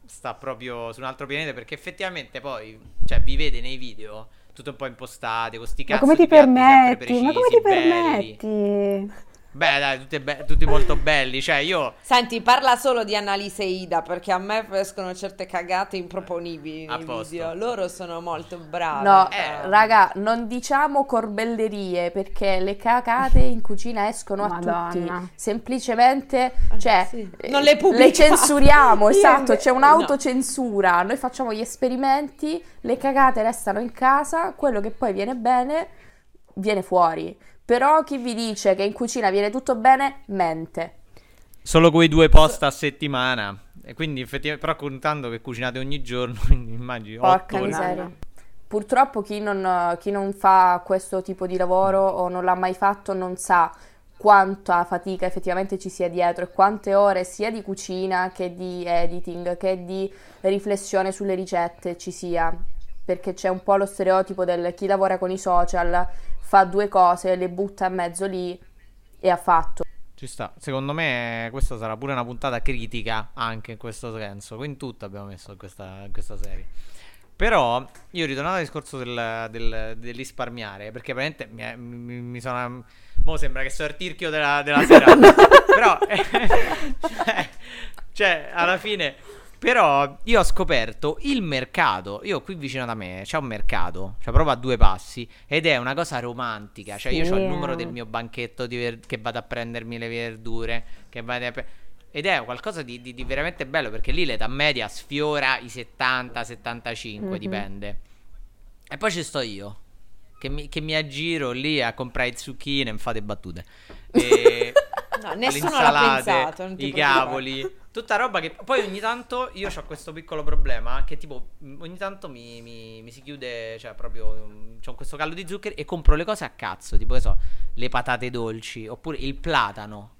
Speaker 1: sta proprio su un altro pianeta, perché effettivamente poi, cioè, vi vede nei video tutto un po' impostate, con sti
Speaker 4: Ma
Speaker 1: cazzo
Speaker 4: come ti
Speaker 1: di piatti sempre
Speaker 4: permetti? Ma come
Speaker 1: precisi,
Speaker 4: ti
Speaker 1: belli.
Speaker 4: permetti?
Speaker 1: Beh, dai, tutti molto belli, cioè io...
Speaker 2: Senti, parla solo di Annalisa e Ida, perché a me escono certe cagate improponibili
Speaker 1: A
Speaker 2: nei
Speaker 1: posto.
Speaker 2: video. Loro sono molto brave.
Speaker 3: No,
Speaker 1: raga,
Speaker 3: non diciamo corbellerie perché le cacate in cucina escono a
Speaker 4: Madonna.
Speaker 3: tutti. Semplicemente, cioè,
Speaker 2: sì. Non le pubblicate.
Speaker 3: censuriamo,
Speaker 2: Io
Speaker 3: esatto, c'è
Speaker 2: no.
Speaker 3: un'autocensura. Noi facciamo gli esperimenti, le cagate restano in casa, quello che poi viene bene viene fuori. Però chi vi dice che in cucina viene tutto bene, mente.
Speaker 1: Solo quei 2 post a settimana. E quindi effettivamente, però contando che cucinate ogni giorno, quindi immagini 8
Speaker 3: Porca
Speaker 1: ore.
Speaker 3: miseria. Purtroppo chi non fa questo tipo di lavoro o non l'ha mai fatto non sa quanta fatica effettivamente ci sia dietro e quante ore sia di cucina che di editing che di riflessione sulle ricette ci sia. Perché c'è un po' lo stereotipo del chi lavora con i social fa 2 cose, le butta in mezzo lì e ha fatto.
Speaker 1: Ci sta. Secondo me questa sarà pure una puntata critica anche in questo senso. Quindi tutto abbiamo messo in questa serie. Però io ritornando al discorso del risparmiare, perché veramente mi sono... Mo sembra che sono il tirchio della sera. Però cioè alla fine... Però io ho scoperto il mercato. Io qui vicino da me c'è un mercato, cioè proprio a 2 passi, ed è una cosa romantica. Cioè io ho il numero del mio banchetto che vado a prendermi le verdure, ed è qualcosa di veramente bello, perché lì l'età media sfiora i 70-75, dipende. E poi ci sto io che mi aggiro lì a comprare zucchine e mi fate battute. E
Speaker 2: No, nessuno
Speaker 1: le
Speaker 2: l'ha
Speaker 1: insalate,
Speaker 2: pensato, non ti
Speaker 1: i
Speaker 2: preoccupare.
Speaker 1: cavoli, tutta roba che poi ogni tanto io ho questo piccolo problema che tipo ogni tanto mi si chiude, cioè proprio c'ho questo callo di zuccheri e compro le cose a cazzo, tipo che so, le patate dolci oppure il platano.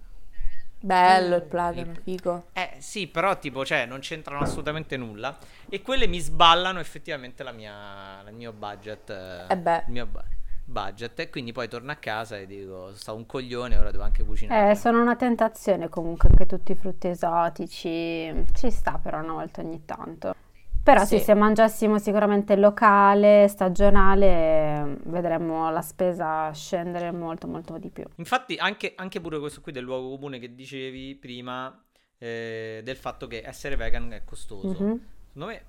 Speaker 3: Bello il platano, figo.
Speaker 1: Sì, però tipo, cioè, non c'entrano assolutamente nulla. E quelle mi sballano effettivamente il mio budget.
Speaker 3: beh.
Speaker 1: Il mio budget. E quindi poi torno a casa e dico, sono stato un coglione, ora devo anche cucinare.
Speaker 4: Sono una tentazione comunque anche tutti i frutti esotici. Ci sta però una volta ogni tanto. Però sì,
Speaker 3: Sì.
Speaker 4: se mangiassimo sicuramente locale, stagionale, vedremmo la spesa scendere molto molto di più.
Speaker 1: Infatti, anche pure questo qui del luogo comune che dicevi prima, del fatto che essere vegan è costoso.
Speaker 4: Mhm.
Speaker 1: Secondo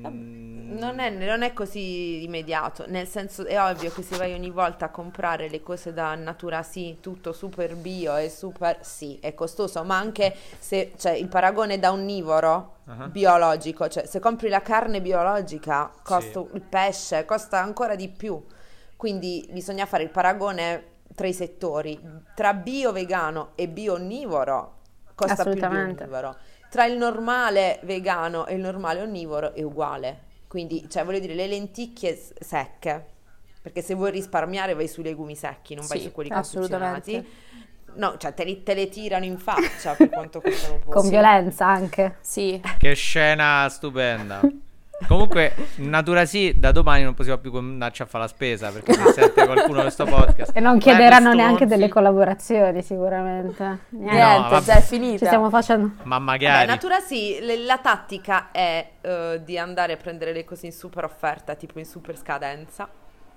Speaker 1: me
Speaker 2: Non è così immediato, nel senso è ovvio che se vai ogni volta a comprare le cose da Natura Sì, tutto super bio e super sì, è costoso, ma anche se cioè il paragone da onnivoro biologico, cioè se compri la carne biologica costa il pesce, costa ancora di più. Quindi bisogna fare il paragone tra i settori, tra bio vegano e bio onnivoro costa più il bio
Speaker 4: Assolutamente.
Speaker 2: onnivoro. Tra il normale vegano e il normale onnivoro è uguale. Quindi, cioè, voglio dire, le lenticchie secche, perché se vuoi risparmiare vai sui legumi secchi, non vai
Speaker 3: Sì,
Speaker 2: su quelli
Speaker 3: assolutamente.
Speaker 2: confezionati. No, cioè te le tirano in faccia per quanto costano poco.
Speaker 4: Con violenza anche.
Speaker 3: Sì.
Speaker 1: che scena stupenda. Comunque, Natura Sì, da domani non possiamo più andarci a fare la spesa, perché se sente qualcuno questo podcast.
Speaker 4: E non
Speaker 1: Guarda,
Speaker 4: chiederanno
Speaker 1: sto
Speaker 4: neanche
Speaker 1: gonfi.
Speaker 4: delle collaborazioni sicuramente.
Speaker 3: Niente,
Speaker 1: vabbè.
Speaker 3: già è finita.
Speaker 4: Ci stiamo facendo...
Speaker 1: Ma
Speaker 2: Vabbè,
Speaker 1: magari.
Speaker 2: Natura Sì, la tattica è di andare a prendere le cose in super offerta, tipo in super scadenza,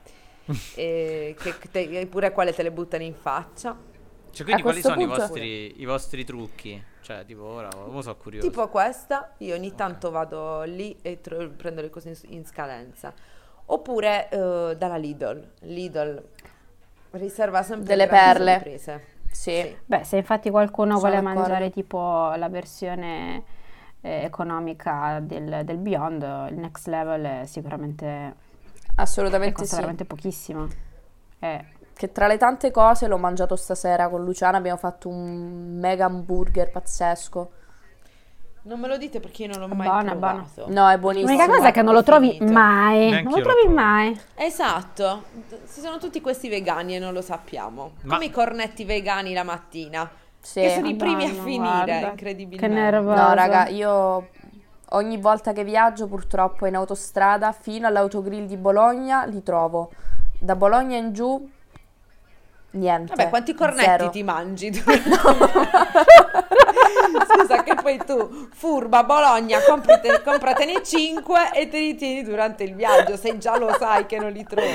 Speaker 2: e pure quelle te le buttano in faccia.
Speaker 1: Cioè, quindi
Speaker 3: A
Speaker 1: quali
Speaker 3: questo
Speaker 1: sono
Speaker 3: punto-
Speaker 1: i vostri trucchi? Cioè, tipo, ora sono curioso.
Speaker 2: Tipo questa, io ogni tanto vado lì e prendo le cose in scadenza. Oppure dalla Lidl. Lidl riserva sempre
Speaker 3: Delle
Speaker 2: grandi
Speaker 3: perle.
Speaker 2: sorprese.
Speaker 3: Sì.
Speaker 4: Beh, se infatti qualcuno
Speaker 3: Sono
Speaker 4: vuole
Speaker 3: d'accordo.
Speaker 4: mangiare tipo la versione economica del Beyond, il Next Level è sicuramente
Speaker 3: Assolutamente
Speaker 4: costa
Speaker 3: sì.
Speaker 4: veramente pochissimo.
Speaker 3: Che tra le tante cose l'ho mangiato stasera con Luciana, abbiamo fatto un mega hamburger pazzesco.
Speaker 2: Non me lo dite perché io non l'ho mai
Speaker 4: Buono, buono.
Speaker 2: provato.
Speaker 3: No, è buonissimo.
Speaker 4: L'unica cosa è che non lo trovi
Speaker 2: Finito.
Speaker 4: mai.
Speaker 1: Neanche
Speaker 4: Non lo
Speaker 1: io lo
Speaker 4: trovi
Speaker 1: provo.
Speaker 4: mai.
Speaker 2: Esatto, ci sono tutti questi vegani e non lo sappiamo.
Speaker 1: Ma-
Speaker 2: Come i cornetti vegani la mattina,
Speaker 3: Sì.
Speaker 2: che sono i primi a
Speaker 4: Madonna,
Speaker 2: finire,
Speaker 4: guarda,
Speaker 2: incredibilmente.
Speaker 4: che nervoso.
Speaker 3: No, raga, io ogni volta che viaggio, purtroppo in autostrada, fino all'autogrill di Bologna, li trovo. Da Bologna in giù, Niente.
Speaker 2: Vabbè, quanti cornetti
Speaker 3: zero.
Speaker 2: ti mangi? Scusa, che poi tu, furba, Bologna, compratene 5 e te li tieni durante il viaggio, se già lo sai che non li trovi.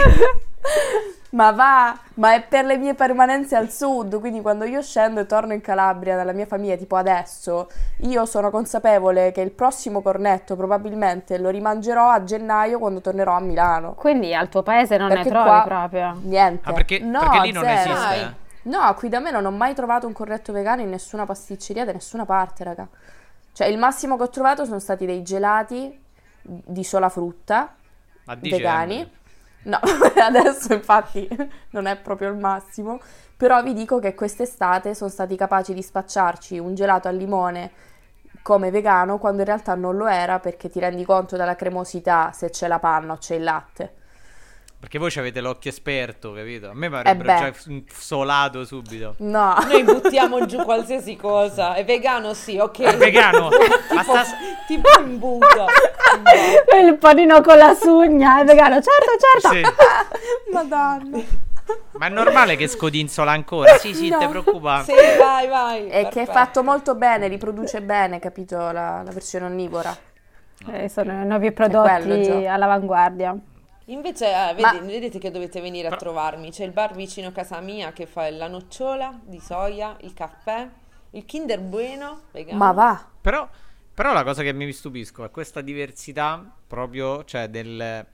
Speaker 3: Ma va, ma è per le mie permanenze al sud, quindi quando io scendo e torno in Calabria dalla mia famiglia, tipo adesso, io sono consapevole che il prossimo cornetto probabilmente lo rimangerò a gennaio quando tornerò a Milano.
Speaker 4: Quindi al tuo paese non
Speaker 3: Perché
Speaker 4: ne trovi
Speaker 3: qua
Speaker 4: proprio.
Speaker 3: niente.
Speaker 1: Ah, perché lì non
Speaker 3: zero.
Speaker 1: esiste?
Speaker 3: No, qui da me non ho mai trovato un cornetto vegano in nessuna pasticceria da nessuna parte, raga. Cioè, il massimo che ho trovato sono stati dei gelati di sola frutta
Speaker 1: A dicembre.
Speaker 3: vegani. No, adesso infatti non è proprio il massimo, però vi dico che quest'estate sono stati capaci di spacciarci un gelato al limone come vegano quando in realtà non lo era, perché ti rendi conto dalla cremosità se c'è la panna o c'è il latte.
Speaker 1: Perché voi avete l'occhio esperto, capito? A me mi avrebbero
Speaker 3: beh.
Speaker 1: già solato subito.
Speaker 3: No,
Speaker 2: Noi buttiamo giù qualsiasi cosa. È vegano, sì, ok.
Speaker 1: È vegano? Ma sta...
Speaker 2: Tipo in buca.
Speaker 4: Il panino con la sugna, è vegano, certo.
Speaker 1: Sì.
Speaker 3: madonna.
Speaker 1: Ma è normale che scodinzola ancora? Sì,
Speaker 3: No.
Speaker 1: te preoccupare.
Speaker 2: Sì, vai.
Speaker 3: È che è fatto molto bene, riproduce bene, capito, la versione onnivora.
Speaker 4: Sono i nuovi
Speaker 3: quello,
Speaker 4: prodotti
Speaker 3: Gio.
Speaker 4: all'avanguardia.
Speaker 2: Invece, vedete che dovete venire a trovarmi. C'è il bar vicino a casa mia che fa la nocciola di soia, il caffè, il Kinder Bueno vegano.
Speaker 3: Ma va.
Speaker 1: Però la cosa che mi stupisco è questa diversità proprio, cioè del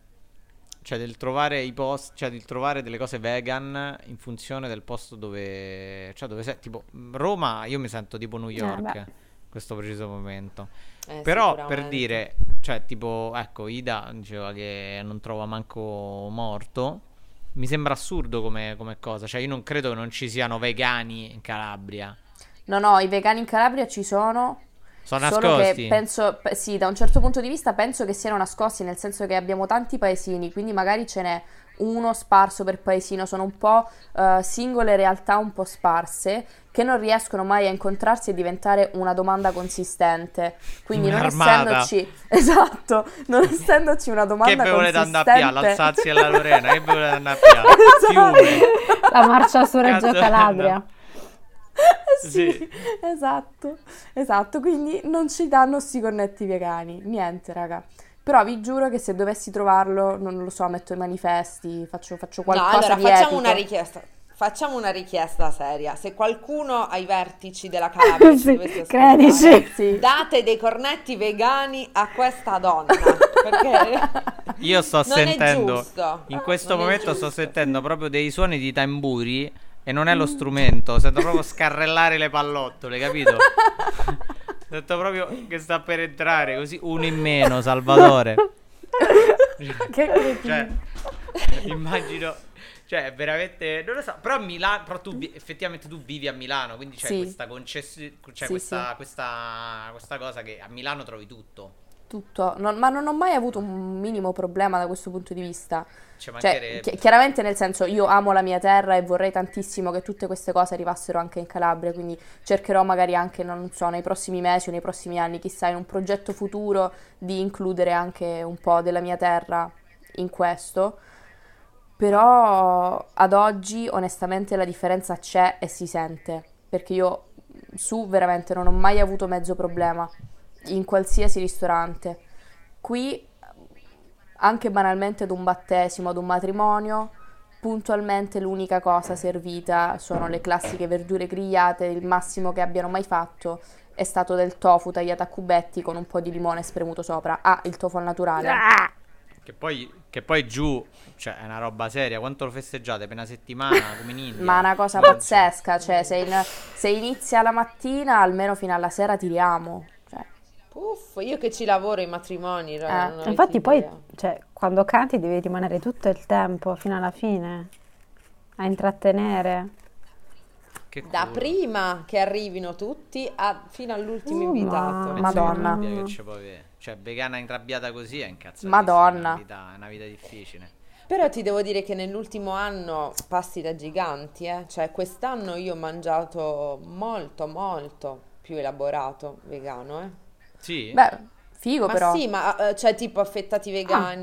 Speaker 1: trovare i posti, cioè di trovare delle cose vegan in funzione del posto dove sei. Tipo Roma, io mi sento tipo New York
Speaker 4: beh.
Speaker 1: in questo preciso momento. Però per
Speaker 2: Sicuramente.
Speaker 1: dire, cioè tipo, ecco, Ida diceva che non trova manco morto. Mi sembra assurdo come cosa. Cioè io non credo che non ci siano vegani in Calabria.
Speaker 3: No, i vegani in Calabria ci sono.
Speaker 1: Sono
Speaker 3: Solo
Speaker 1: nascosti.
Speaker 3: che penso, sì, da un certo punto di vista penso che siano nascosti, nel senso che abbiamo tanti paesini, quindi magari ce n'è uno sparso per paesino, sono un po' singole realtà un po' sparse, che non riescono mai a incontrarsi e diventare una domanda consistente. Quindi non
Speaker 1: Un'armata.
Speaker 3: essendoci, esatto, non essendoci una
Speaker 1: Che
Speaker 3: domanda
Speaker 1: ve volete andare a
Speaker 3: consistente.
Speaker 1: piare? L'Alsazia e la Lorena? Che ve volete andare a piare?
Speaker 3: Esatto.
Speaker 1: Fiume.
Speaker 4: La marcia su Reggio
Speaker 1: Cazzo,
Speaker 4: Calabria.
Speaker 3: Sì,
Speaker 1: Sì.
Speaker 3: esatto, quindi non ci danno sti cornetti vegani, niente raga. Però vi giuro che se dovessi trovarlo, non lo so, metto i manifesti, faccio
Speaker 2: No,
Speaker 3: qualcosa
Speaker 2: allora
Speaker 3: di
Speaker 2: facciamo
Speaker 3: etico.
Speaker 2: una richiesta. Facciamo una richiesta seria. Se qualcuno ai vertici della Calabria ci
Speaker 4: Sì,
Speaker 2: dovesse ascoltare,
Speaker 4: credici.
Speaker 3: Sì.
Speaker 2: date dei cornetti vegani a questa donna. Perché
Speaker 1: Io sto
Speaker 2: non è
Speaker 1: sentendo,
Speaker 2: giusto.
Speaker 1: in questo
Speaker 2: Non è
Speaker 1: momento sto
Speaker 2: giusto.
Speaker 1: sentendo proprio dei suoni di tamburi e non è lo strumento, sento proprio scarrellare le pallottole, capito? Sento proprio che sta per entrare così, uno in meno, Salvatore.
Speaker 3: Che cretino.
Speaker 1: Cioè, immagino, cioè, è veramente, non lo so, però a Milano, però effettivamente tu vivi a Milano, quindi c'è
Speaker 3: Sì.
Speaker 1: questa concessione, cioè
Speaker 3: Sì,
Speaker 1: questa cosa che a Milano trovi tutto.
Speaker 3: Tutto, ma non ho mai avuto un minimo problema da questo punto di vista.
Speaker 1: Ci
Speaker 3: Cioè,
Speaker 1: mancherebbe.
Speaker 3: chiaramente nel senso, io amo la mia terra e vorrei tantissimo che tutte queste cose arrivassero anche in Calabria, quindi cercherò magari anche, non so, nei prossimi mesi o nei prossimi anni, chissà, in un progetto futuro di includere anche un po' della mia terra in questo. Però ad oggi onestamente la differenza c'è e si sente, perché io su veramente non ho mai avuto mezzo problema in qualsiasi ristorante. Qui anche banalmente ad un battesimo, ad un matrimonio, puntualmente l'unica cosa servita sono le classiche verdure grigliate, il massimo che abbiano mai fatto è stato del tofu tagliato a cubetti con un po' di limone spremuto sopra. Ah, il tofu al naturale.
Speaker 1: Che poi giù, cioè, è una roba seria. Quanto lo festeggiate? Per una settimana, come in India?
Speaker 3: Ma è una cosa
Speaker 1: Minchia.
Speaker 3: pazzesca, cioè se inizia la mattina, almeno fino alla sera tiriamo. Cioè,
Speaker 2: Uff, io che ci lavoro ai matrimoni, raga, non avete
Speaker 4: Infatti poi,
Speaker 2: idea.
Speaker 4: cioè, quando canti devi rimanere tutto il tempo fino alla fine a intrattenere.
Speaker 1: Che
Speaker 2: Da
Speaker 1: culo.
Speaker 2: prima che arrivino tutti fino all'ultimo
Speaker 4: Oh,
Speaker 2: invitato.
Speaker 4: ma-
Speaker 3: Madonna.
Speaker 1: Che rabbia che ci può avere. Cioè, vegana intrabbiata così è incazzatissima.
Speaker 3: Madonna.
Speaker 1: È una vita difficile.
Speaker 2: Però ti devo dire che nell'ultimo anno passi da giganti, cioè quest'anno io ho mangiato molto più elaborato vegano,
Speaker 1: Sì?
Speaker 3: beh, figo
Speaker 2: Ma
Speaker 3: però.
Speaker 2: sì, ma cioè tipo affettati vegani,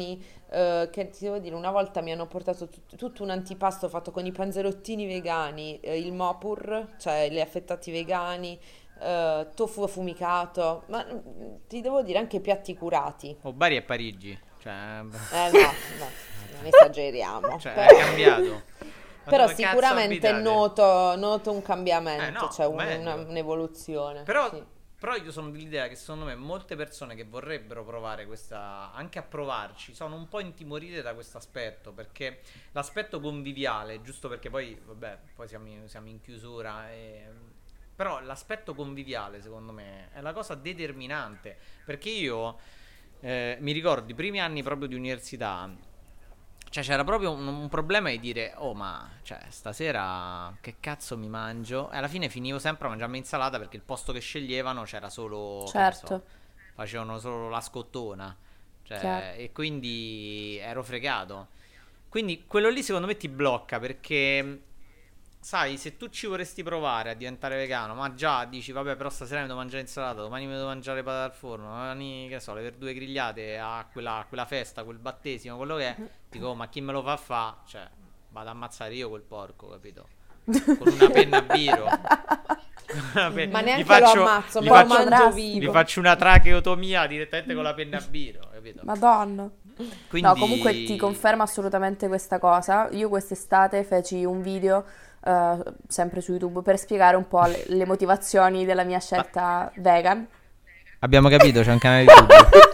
Speaker 2: che ti devo dire, una volta mi hanno portato tutto un antipasto fatto con i panzerottini vegani, il mopur, cioè gli affettati vegani, tofu affumicato, ma ti devo dire anche piatti curati.
Speaker 1: O Bari e Parigi. Cioè,
Speaker 2: No, non esageriamo.
Speaker 1: cioè
Speaker 2: Però,
Speaker 1: è cambiato. Ma
Speaker 2: però
Speaker 1: dove cazzo
Speaker 2: sicuramente
Speaker 1: abitate?
Speaker 2: noto un cambiamento,
Speaker 1: No,
Speaker 2: cioè
Speaker 1: meglio.
Speaker 2: un'evoluzione.
Speaker 1: Però,
Speaker 2: Sì.
Speaker 1: però io sono dell'idea che secondo me molte persone che vorrebbero provare questa, anche a provarci, sono un po' intimorite da questo aspetto, perché l'aspetto conviviale, giusto perché poi, vabbè, poi siamo in chiusura, però l'aspetto conviviale secondo me è la cosa determinante, perché io mi ricordo i primi anni proprio di università. Cioè c'era proprio un problema di dire, oh ma cioè stasera che cazzo mi mangio? E alla fine finivo sempre a mangiarmi insalata perché il posto che sceglievano c'era solo, che ne so,
Speaker 3: Certo.
Speaker 1: facevano solo la scottona. Cioè,
Speaker 3: Chiaro.
Speaker 1: e quindi ero fregato. Quindi quello lì secondo me ti blocca perché, sai, se tu ci vorresti provare a diventare vegano, ma già dici, vabbè, però stasera mi devo mangiare insalata, domani mi devo mangiare patate al forno, domani, che so, le verdure grigliate a quella festa, quel battesimo, quello che è, dico, "Oh, ma chi me lo fa? Cioè, vado a ammazzare io quel porco, capito? Con una penna a biro.
Speaker 2: Ma
Speaker 1: Gli
Speaker 2: neanche lo ammazzo,
Speaker 1: gli
Speaker 2: ma lo
Speaker 1: faccio-
Speaker 2: mangio
Speaker 1: gli
Speaker 2: vivo.
Speaker 1: faccio una tracheotomia direttamente con la penna a biro, capito?
Speaker 3: Madonna.
Speaker 1: Quindi
Speaker 3: No, comunque ti confermo assolutamente questa cosa. Io quest'estate feci un video, sempre su YouTube, per spiegare un po' le motivazioni della mia scelta vegan.
Speaker 1: abbiamo capito, c'è un canale YouTube.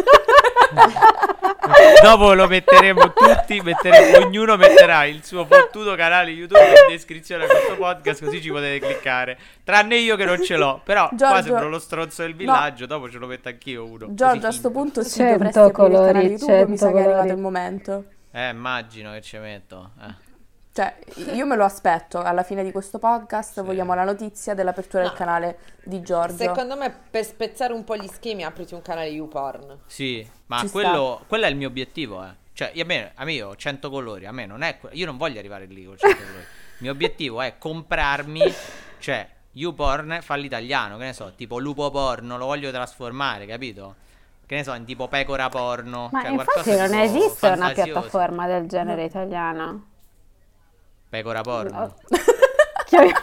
Speaker 1: Dopo lo metteremo tutti, ognuno metterà il suo fottuto canale YouTube in descrizione a questo podcast, così ci potete cliccare. Tranne io che non ce l'ho, però qua
Speaker 3: Giorgio,
Speaker 1: sembro lo stronzo del villaggio, dopo ce lo metto anch'io uno.
Speaker 3: Giorgio,
Speaker 1: così
Speaker 3: a sto
Speaker 1: finto.
Speaker 3: punto sì,
Speaker 4: 100
Speaker 3: dovresti aprire il canale
Speaker 4: colori,
Speaker 3: YouTube, mi sa
Speaker 4: 100
Speaker 3: che è arrivato
Speaker 4: colori.
Speaker 3: il momento.
Speaker 1: Immagino che ci metto.
Speaker 3: Cioè, io me lo aspetto, alla fine di questo podcast
Speaker 1: Sì.
Speaker 3: vogliamo la notizia dell'apertura del
Speaker 2: No.
Speaker 3: canale di Giorgio.
Speaker 2: Secondo me, per spezzare un po' gli schemi, apriti un canale YouPorn.
Speaker 1: Sì, ma
Speaker 3: Ci
Speaker 1: quello è il mio obiettivo, eh. Cioè, a me io ho 100 colori, a me non è io non voglio arrivare lì con 100 colori. Il mio obiettivo è comprarmi, cioè, YouPorn fa l'italiano, che ne so, tipo lupo porno, lo voglio trasformare, capito? Che ne so, in tipo pecora porno,
Speaker 4: Ma
Speaker 1: cioè
Speaker 4: infatti
Speaker 1: qualcosa
Speaker 4: non
Speaker 1: tipo
Speaker 4: esiste una
Speaker 1: fantasioso.
Speaker 4: piattaforma del genere italiana.
Speaker 1: Pecora porno.
Speaker 4: No. Chiami-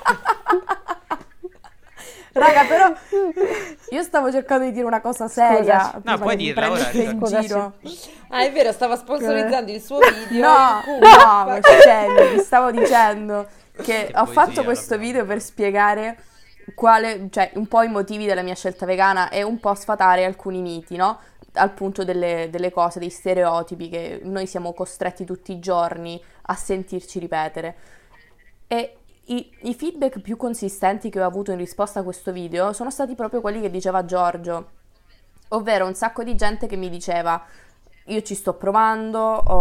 Speaker 3: Raga, però io stavo cercando di dire una cosa seria
Speaker 4: Scusaci.
Speaker 3: prima
Speaker 1: No, puoi
Speaker 3: di
Speaker 1: dirla, ora,
Speaker 3: prendere in
Speaker 4: scusaci.
Speaker 3: giro.
Speaker 2: Ah, è vero, stava sponsorizzando il suo video.
Speaker 3: No,
Speaker 2: in cui-
Speaker 3: no, scemi, vi stavo dicendo che
Speaker 1: Che
Speaker 3: ho
Speaker 1: poesia
Speaker 3: fatto questo
Speaker 1: l'abbiamo
Speaker 3: video per
Speaker 1: fatto.
Speaker 3: spiegare cioè un po' i motivi della mia scelta vegana e un po' sfatare alcuni miti, no? Al punto delle cose, dei stereotipi che noi siamo costretti tutti i giorni a sentirci ripetere. E i feedback più consistenti che ho avuto in risposta a questo video sono stati proprio quelli che diceva Giorgio, ovvero un sacco di gente che mi diceva: io ci sto provando,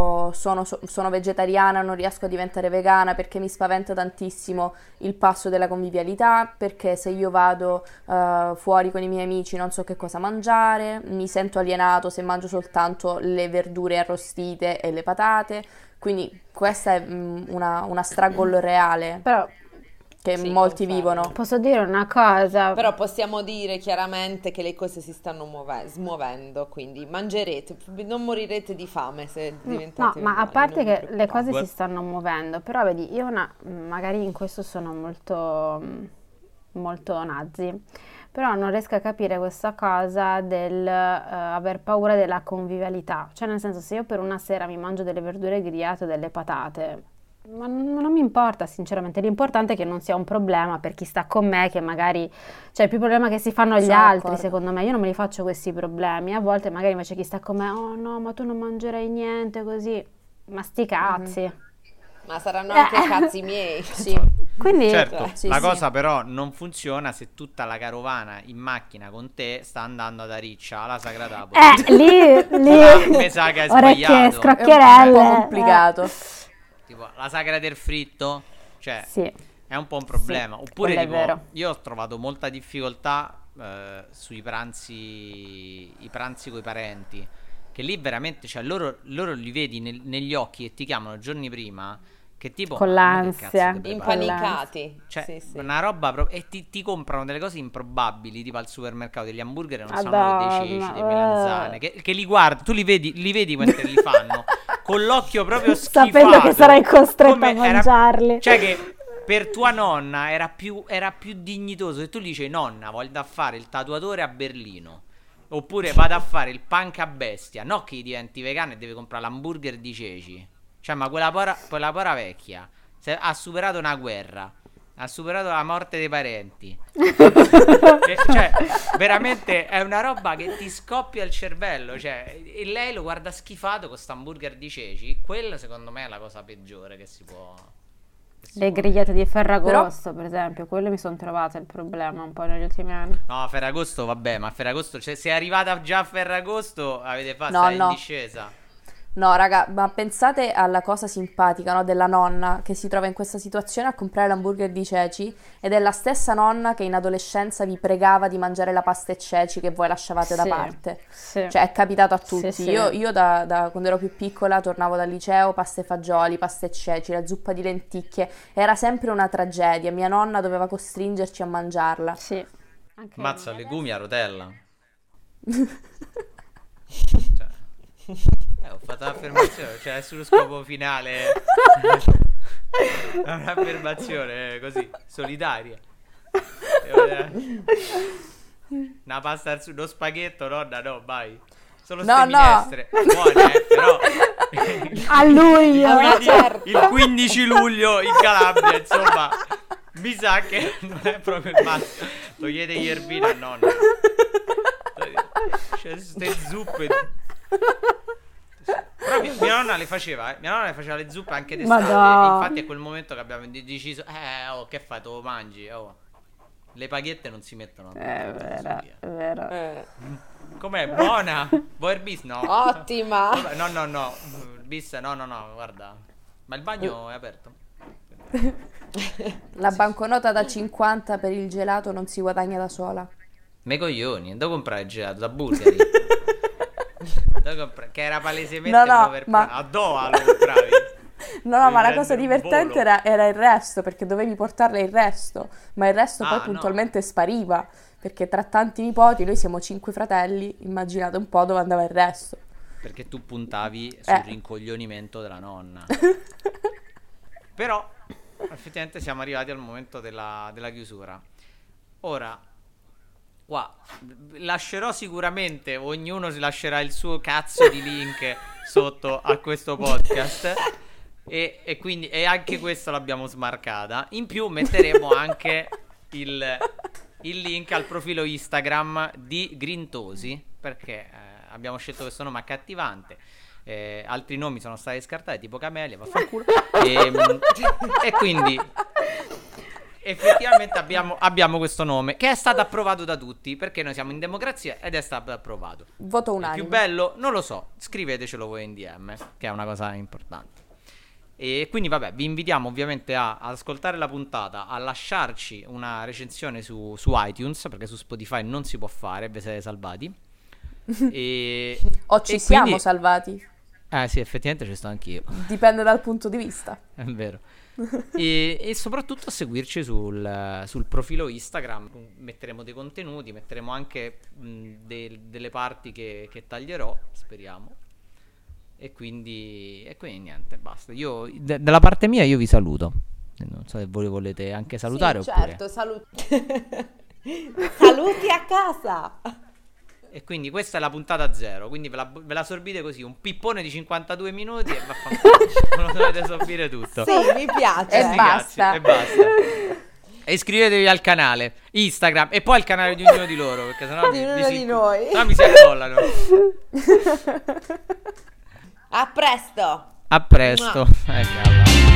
Speaker 3: sono vegetariana, non riesco a diventare vegana perché mi spaventa tantissimo il passo della convivialità, perché se io vado fuori con i miei amici non so che cosa mangiare, mi sento alienato se mangio soltanto le verdure arrostite e le patate. Quindi questa è una struggle reale
Speaker 4: Però
Speaker 3: che
Speaker 2: Sì,
Speaker 3: molti
Speaker 2: confermo.
Speaker 3: vivono.
Speaker 4: posso dire una cosa?
Speaker 2: Però possiamo dire chiaramente che le cose si stanno smuovendo, quindi mangerete, non morirete di fame se
Speaker 4: No,
Speaker 2: diventate
Speaker 4: ma a
Speaker 2: vegani,
Speaker 4: parte
Speaker 2: non vi
Speaker 4: che le
Speaker 2: preoccupate.
Speaker 4: cose si
Speaker 1: Guarda-
Speaker 4: stanno muovendo, però vedi, io magari in questo sono molto, molto nazi, però non riesco a capire questa cosa del aver paura della convivialità. Cioè, nel senso, se io per una sera mi mangio delle verdure grigliate o delle patate, ma non mi importa, sinceramente. L'importante è che non sia un problema per chi sta con me, che magari, cioè, è più problema che si fanno gli
Speaker 3: Sono
Speaker 4: altri,
Speaker 3: d'accordo.
Speaker 4: secondo me. Io non me li faccio questi problemi. A volte magari invece chi sta con me, oh no, ma tu non mangerai niente così. Ma sti cazzi.
Speaker 2: Ma saranno anche cazzi miei.
Speaker 3: Sì.
Speaker 4: Quindi,
Speaker 1: Certo,
Speaker 3: sì,
Speaker 1: la
Speaker 3: sì.
Speaker 1: cosa però non funziona se tutta la carovana in macchina con te sta andando ad Ariccia, alla Sagrada
Speaker 4: lì,
Speaker 1: mi sa che hai
Speaker 4: orecchie
Speaker 1: sbagliato.
Speaker 3: È un
Speaker 4: scrocchierelle.
Speaker 3: po' complicato.
Speaker 1: Tipo la sagra del fritto, cioè
Speaker 4: Sì.
Speaker 1: è un po' un problema.
Speaker 4: Sì,
Speaker 1: Oppure
Speaker 4: quello è
Speaker 1: tipo,
Speaker 4: vero.
Speaker 1: io ho trovato molta difficoltà sui i pranzi coi parenti, che lì veramente, cioè loro li vedi negli occhi e ti chiamano giorni prima, Che tipo
Speaker 4: Con
Speaker 1: ma che
Speaker 4: l'ansia.
Speaker 1: cazzo ti prepari?
Speaker 2: Impanicati.
Speaker 1: Cioè,
Speaker 2: Sì, sì.
Speaker 1: una roba e ti comprano delle cose improbabili, tipo al supermercato, degli hamburger non sono
Speaker 4: Madonna,
Speaker 1: dei ceci, dei melanzane, che li guardi, tu li vedi mentre li fanno, con l'occhio proprio schifato.
Speaker 4: Sapendo che sarai costretto
Speaker 1: come
Speaker 4: a mangiarli.
Speaker 1: cioè che per tua nonna era più dignitoso se tu gli dici nonna, voglio fare il tatuatore a Berlino. Oppure vado a fare il punk a bestia. No che diventi vegano e devi comprare l'hamburger di ceci. Cioè, ma quella povera vecchia ha superato una guerra, ha superato la morte dei parenti. Cioè, veramente è una roba che ti scoppia il cervello. Cioè, e lei lo guarda schifato con sta hamburger di ceci. Quella secondo me è la cosa peggiore che si può.
Speaker 4: Le grigliate di Ferragosto, per esempio, quelle mi sono trovate il problema un po' negli ultimi anni.
Speaker 1: No, Ferragosto vabbè, ma Ferragosto, cioè, se è arrivata già a Ferragosto avete fatto
Speaker 3: No,
Speaker 1: in
Speaker 3: no.
Speaker 1: discesa.
Speaker 3: No, raga, ma pensate alla cosa simpatica, no, della nonna che si trova in questa situazione a comprare l'hamburger di ceci ed è la stessa nonna che in adolescenza vi pregava di mangiare la pasta e ceci che voi lasciavate da
Speaker 4: Sì,
Speaker 3: parte.
Speaker 4: sì.
Speaker 3: Cioè, è capitato a tutti.
Speaker 4: Sì, sì.
Speaker 3: Io da quando ero più piccola tornavo dal liceo, pasta e fagioli, pasta e ceci, la zuppa di lenticchie. Era sempre una tragedia. Mia nonna doveva costringerci a mangiarla.
Speaker 4: Sì. Anche
Speaker 1: Mazza,
Speaker 4: mia
Speaker 1: legumi a rotella. Cioè, ho fatto un'affermazione, cioè è sullo scopo finale. È un'affermazione così, solitaria. Una pasta al sugo, uno spaghetto, nonna, no, vai. Solo
Speaker 3: No,
Speaker 1: ste
Speaker 3: no.
Speaker 1: minestre. Buone, però.
Speaker 4: A luglio!
Speaker 1: Il 15 luglio in Calabria, insomma. Mi sa che non è proprio il massimo. Togliete gli erbini a nonna. C'è ste zuppe. Però mia nonna le faceva, Mia nonna le faceva le zuppe anche d'estate.
Speaker 4: Madonna.
Speaker 1: Infatti è quel momento che abbiamo deciso, oh, che fai, te lo mangi? Oh. Le paghette non si mettono.
Speaker 4: È vero, è vero.
Speaker 1: Com'è? Buona? Vuoi il bis? No.
Speaker 2: Ottima.
Speaker 1: No. Il bis, no, guarda. Ma il bagno è aperto.
Speaker 3: La banconota da 50 per il gelato non si guadagna da sola.
Speaker 1: Me coglioni, devo comprare il gelato da Bulgari. Che era palesemente
Speaker 3: No,
Speaker 1: uno per
Speaker 3: ma-
Speaker 1: a Doha lo compravi.
Speaker 3: No, ma la
Speaker 1: Devi
Speaker 3: cosa
Speaker 1: prendere un
Speaker 3: divertente
Speaker 1: volo.
Speaker 3: era il resto, perché dovevi portarle il resto, ma il resto
Speaker 1: Ah,
Speaker 3: poi
Speaker 1: no.
Speaker 3: puntualmente spariva, perché tra tanti nipoti, noi siamo 5 fratelli, immaginate un po' dove andava il resto.
Speaker 1: Perché tu puntavi sul
Speaker 3: Eh.
Speaker 1: rincoglionimento della nonna. Però effettivamente siamo arrivati al momento della chiusura. Ora, qua lascerò sicuramente, ognuno si lascerà il suo cazzo di link sotto a questo podcast. E quindi anche questo l'abbiamo smarcata. In più metteremo anche il link al profilo Instagram di Grintosi, perché abbiamo scelto questo nome accattivante. Altri nomi sono stati scartati, tipo Camelia, vaffanculo. E quindi effettivamente abbiamo questo nome che è stato approvato da tutti, perché noi siamo in democrazia ed è stato approvato.
Speaker 3: Voto
Speaker 1: Il
Speaker 3: unanime.
Speaker 1: più bello? Non lo so, scrivetecelo voi in DM, che è una cosa importante. E quindi vabbè, vi invitiamo ovviamente ad ascoltare la puntata, a lasciarci una recensione su iTunes, perché su Spotify non si può fare, vi siete salvati.
Speaker 3: O ci
Speaker 1: e
Speaker 3: siamo
Speaker 1: quindi-
Speaker 3: salvati,
Speaker 1: sì, effettivamente ci sto anch'io.
Speaker 3: dipende dal punto di vista.
Speaker 1: È vero. E soprattutto a seguirci sul profilo Instagram. Metteremo dei contenuti, metteremo anche delle parti che taglierò, speriamo. E quindi niente, basta. Io dalla parte mia io vi saluto. Non so se voi volete anche salutare
Speaker 2: Sì,
Speaker 1: oppure.
Speaker 2: certo, saluti a casa.
Speaker 1: E quindi questa è la puntata 0. Quindi ve la sorbite così, un pippone di 52 minuti e vaffanculo. Lo dovete sorbire tutto.
Speaker 2: Sì, mi piace.
Speaker 3: E
Speaker 1: Sti
Speaker 3: basta.
Speaker 1: cazzi, e basta. E iscrivetevi al canale Instagram e poi al canale di ognuno di loro, perché sennò
Speaker 2: Di ognuno di noi.
Speaker 1: sennò mi si accollano.
Speaker 2: A presto.
Speaker 1: A presto.
Speaker 2: Mua.
Speaker 1: Cavolo.